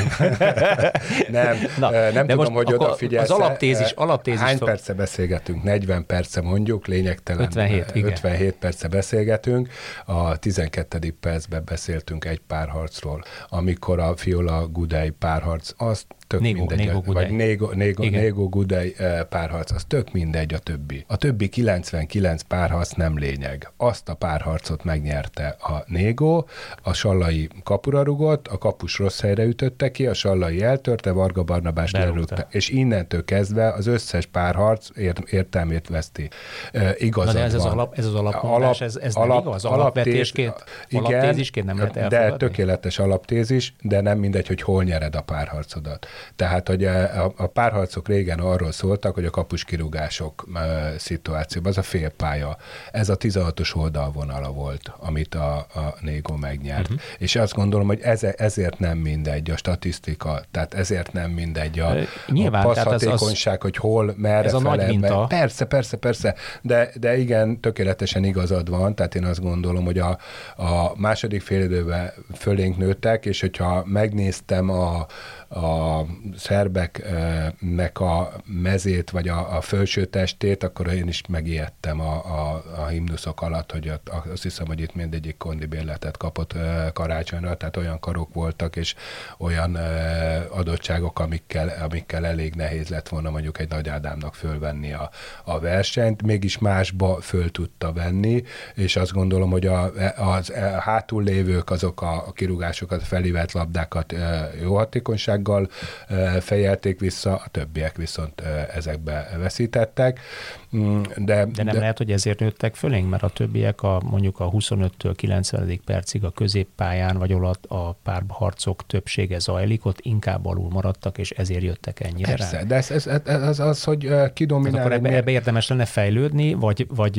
nem, Na, nem tudom, hogy odafigyelsz. Az alaptézis, alaptézis Hány fog... perce beszélgetünk? negyven perce mondjuk, lényegtelen. ötvenhét, igen. ötvenhét perce beszélgetünk. A tizenkettedik percben beszéltünk egy párharcról, amikor a Fiola Gudej párharc, azt tök Négo, mindegy, Négo vagy Négo, Négo, Négo Gudej párharc, az tök mindegy a többi. A többi kilencvenkilenc párharc nem lényeg. Azt a párharcot megnyerte a Négo, a Sallai kapura rugott, a kapus rossz helyre ütötte ki, a Sallai eltörte, Varga Barnabás lerúgta. És innentől kezdve az összes párharc ért, értelmét veszti. E, igazad Na de ez van. Az alap, ez az alapmondás, ez, ez alap, nem igaz? Alapvetésként, alaptézisként nem lehet elfogadni? De tökéletes alaptézis, de nem mindegy, hogy hol nyered a párharcodat. Tehát, hogy a, a párharcok régen arról szóltak, hogy a kapuskirúgások e, szituációban, az a félpálya, ez a tizenhatos oldalvonala volt, amit a, a Négo megnyert. Uh-huh. És azt gondolom, hogy ez, ezért nem mindegy a statisztika, tehát ezért nem mindegy a, Nyilván, a passzhatékonyság, az, hogy hol, merre ez a fele, nagy minta. Persze, persze, persze, de, de igen, tökéletesen igazad van, tehát én azt gondolom, hogy a, a második félidőben fölénk nőttek, és hogyha megnéztem a a szerbeknek a mezét, vagy a, a felső testét, akkor én is megijedtem a, a, a himnuszok alatt, hogy azt hiszem, hogy itt mindegyik kondibérletet kapott karácsonyra, tehát olyan karok voltak, és olyan adottságok, amikkel, amikkel elég nehéz lett volna mondjuk egy Nagy Ádámnak fölvenni a, a versenyt, mégis másba föl tudta venni, és azt gondolom, hogy a, az, a hátul lévők azok a, a kirúgásokat, felívelt labdákat jó hatékonyság fejelték vissza, a többiek viszont ezekbe veszítettek. De, de nem de... lehet, hogy ezért nőttek fölénk, mert a többiek a, mondjuk a huszonöttől kilencvenedik percig a középpályán, vagy alatt a párharcok többsége zajlik, ott inkább alul maradtak, és ezért jöttek ennyire Persze, rá. de ez, ez, ez, ez az, hogy kidominálni... Akkor ebbe, ebbe érdemes lenne fejlődni, vagy, vagy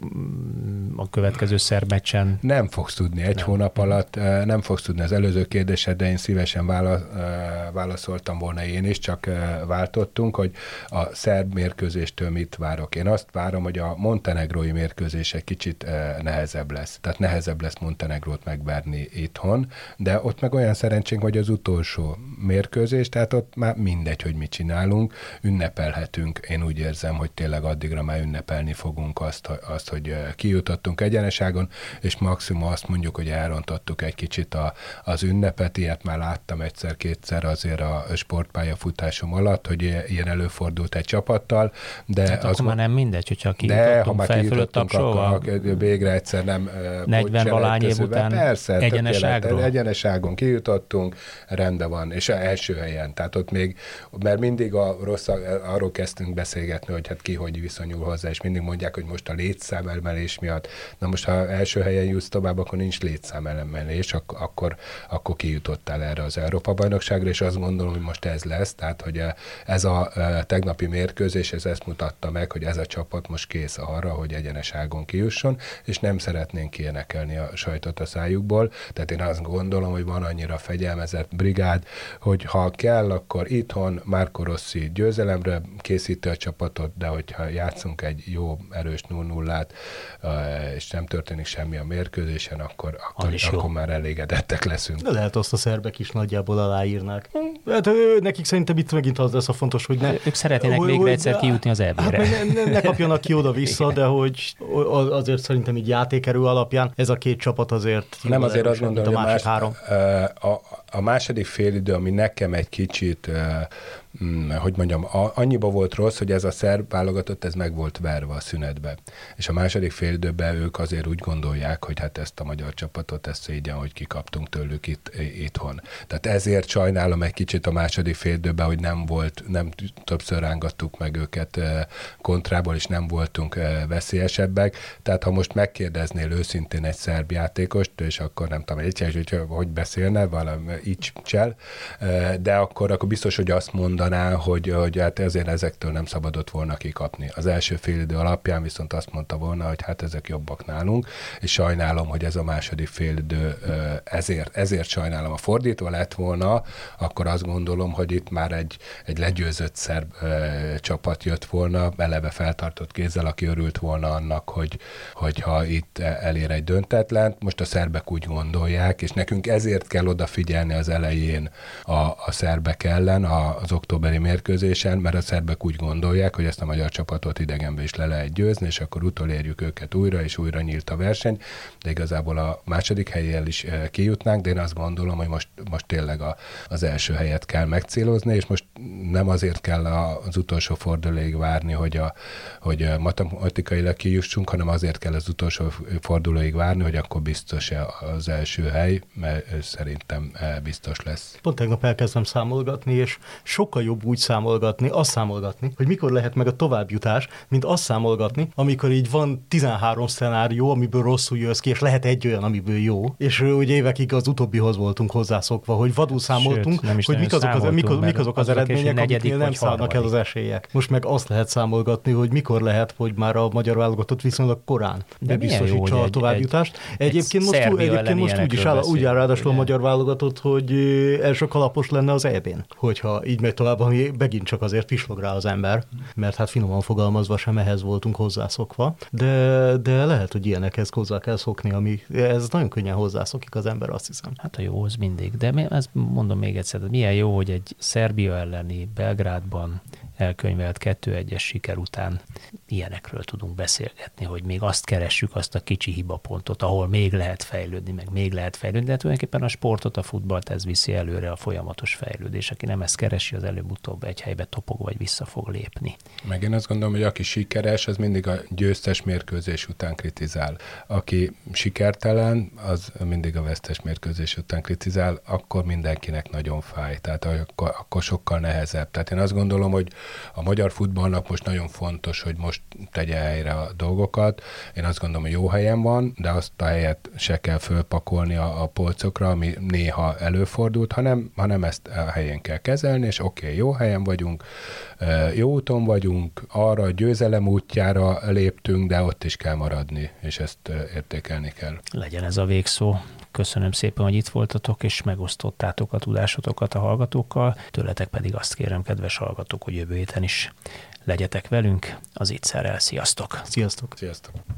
a következő szerb meccsen... Nem fogsz tudni egy nem. hónap alatt, nem fogsz tudni az előző kérdésed, de én szívesen válasz, válaszoltam volna én is, csak váltottunk, hogy a szerb mérkőzéstől mit várok. Én azt várom, hogy a montenegrói mérkőzés egy kicsit nehezebb lesz. Tehát nehezebb lesz Montenegrót megverni itthon, de ott meg olyan szerencsénk, hogy az utolsó mérkőzés, tehát ott már mindegy, hogy mit csinálunk, ünnepelhetünk. Én úgy érzem, hogy tényleg addigra már ünnepelni fogunk azt, azt hogy kijutottunk egyeneságon, és maximum azt mondjuk, hogy elrontottuk egy kicsit a, az ünnepet, ilyet már láttam egyszer-kétszer azért a sportpályafutásom alatt, hogy ilyen előfordult egy csapattal, de hát az akkor már nem mindegy, hogyha kijutottunk fej fölött tapsolva. Végre egyszer nem negyven valány év után persze, egyeneságról. Egyeneságon kijutottunk, rendben van, és első helyen. Tehát ott még, mert mindig a rossz, arról kezdtünk beszélgetni, hogy hát ki hogy viszonyul hozzá, és mindig mondják, hogy most a létszámemelés miatt. Na most, ha első helyen jutsz tovább, akkor nincs létszámemelés, ak- akkor, akkor kijutottál erre az Európa-bajnokságra, és azt gondolom, hogy most ez lesz, tehát hogy ez a tegnapi mérkőzés, ez ezt mutatta meg, hogy ez ez a csapat most kész arra, hogy egyenes ágon kijusson, és nem szeretnénk kiénekelni a sajtot a szájukból. Tehát én azt gondolom, hogy van annyira fegyelmezett brigád, hogy ha kell, akkor itthon Marco Rossi győzelemre készíti a csapatot, de hogyha játszunk egy jó, erős nulla nullát, és nem történik semmi a mérkőzésen, akkor, akkor, akkor már elégedettek leszünk. De lehet azt a szerbek is nagyjából aláírnák. Hát nekik szerintem itt megint az lesz a fontos, hogy ne... Ők szeretnének hogy, végre hogy, egyszer kijutni az é bé-re. Hát ne, ne kapjanak ki oda-vissza, de hogy azért szerintem így játékerő alapján ez a két csapat azért... Nem azért azt gondolom, hogy a másik három. A, a második félidő, ami nekem egy kicsit, hogy mondjam, annyiba volt rossz, hogy ez a szerb válogatott, ez meg volt verve a szünetbe. És a második félidőben ők azért úgy gondolják, hogy hát ezt a magyar csapatot, ezt szégyen, hogy kikaptunk tőlük itt, itthon. Tehát ezért sajnálom egy kicsit a második félidőben, hogy nem volt, nem többször rángattuk meg őket kontrából, és nem voltunk veszélyesebbek. Tehát ha most megkérdeznél őszintén egy szerb játékost, és akkor nem tudom, hogy hogy beszélne, valami így csel, de akkor, akkor biztos, hogy azt mondaná, hogy, hogy hát ezért ezektől nem szabadott volna kikapni. Az első félidő alapján viszont azt mondta volna, hogy hát ezek jobbak nálunk, és sajnálom, hogy ez a második félidő ezért, ezért sajnálom. A fordítva lett volna, akkor azt gondolom, hogy itt már egy, egy legyőzött szerb csapat jött volna, eleve feltartott kézzel, aki örült volna annak, hogy, hogyha itt elér egy döntetlent. Most a szerbek úgy gondolják, és nekünk ezért kell odafigyelni az elején a, a szerbek ellen az októberi mérkőzésen, mert a szerbek úgy gondolják, hogy ezt a magyar csapatot idegenbe is le lehet győzni, és akkor utolérjük őket újra, és újra nyílt a verseny, de igazából a második helyjel is kijutnánk, de én azt gondolom, hogy most, most tényleg a, az első helyet kell megcélozni, és most nem azért kell az utolsó fordulóig várni, hogy, a, hogy matematikailag kijussunk, hanem azért kell az utolsó fordulóig várni, hogy akkor biztos az első hely, mert szerintem biztos lesz. Pont tegnap elkezdem számolgatni, és sokkal jobb úgy számolgatni, azt számolgatni, hogy mikor lehet meg a továbbjutás, mint azt számolgatni, amikor így van tizenhárom szenárió, amiből rosszul jössz ki, és lehet egy olyan, amiből jó. És ugye évekig az utóbbihoz voltunk hozzászokva, hogy vadul számoltunk, Sőt, hogy mik azok az, mik, mik azok az eredmények, amiknél nem szállnak el az esélyek. Most meg azt lehet számolgatni, hogy mikor lehet, hogy már a magyar válogatott viszonylag korán bebiztosítsa a továbbjutást. Egy, egyébként egy most, egyébként most úgy is áll, úgy áll ráadásul a magyar válogatott, hogy első kalapos lenne az é bén. Hogyha így megy tovább, ami megint csak azért pislog rá az ember, mert hát finoman fogalmazva sem ehhez voltunk hozzászokva, de, de lehet, hogy ilyenekhez hozzá kell szokni, ami ez nagyon könnyen hozzászokik az ember, azt hiszem. Hát a jó az mindig, de ezt mondom még egyszer, milyen jó, hogy egy Szerbia elleni Belgrádban elkönyvelt kettő egyes siker után ilyenekről tudunk beszélgetni, hogy még azt keressük, azt a kicsi hibapontot, ahol még lehet fejlődni, meg még lehet fejlődni, de tulajdonképpen a sportot, a futballt ez viszi előre, a folyamatos fejlődés. Aki nem ezt keresi, az előbb-utóbb egy helybe topog, vagy vissza fog lépni. Meg én azt gondolom, hogy aki sikeres, az mindig a győztes mérkőzés után kritizál. Aki sikertelen, az mindig a vesztes mérkőzés után kritizál, akkor mindenkinek nagyon fáj. Tehát akkor, akkor sokkal nehezebb. Tehát én azt gondolom, hogy a magyar futballnak most nagyon fontos, hogy most tegye helyre a dolgokat. Én azt gondolom, hogy jó helyen van, de azt a helyet se kell fölpakolni a, a polcokra, ami néha előfordult, hanem, hanem ezt a helyén kell kezelni, és oké, okay, jó helyen vagyunk, jó úton vagyunk, arra a győzelem útjára léptünk, de ott is kell maradni, és ezt értékelni kell. Legyen ez a végszó. Köszönöm szépen, hogy itt voltatok, és megosztottátok a tudásotokat a hallgatókkal. Tőletek pedig azt kérem, kedves hallgatók, hogy jövő héten is legyetek velünk az Ittszer-rel. Sziasztok! Sziasztok! Sziasztok!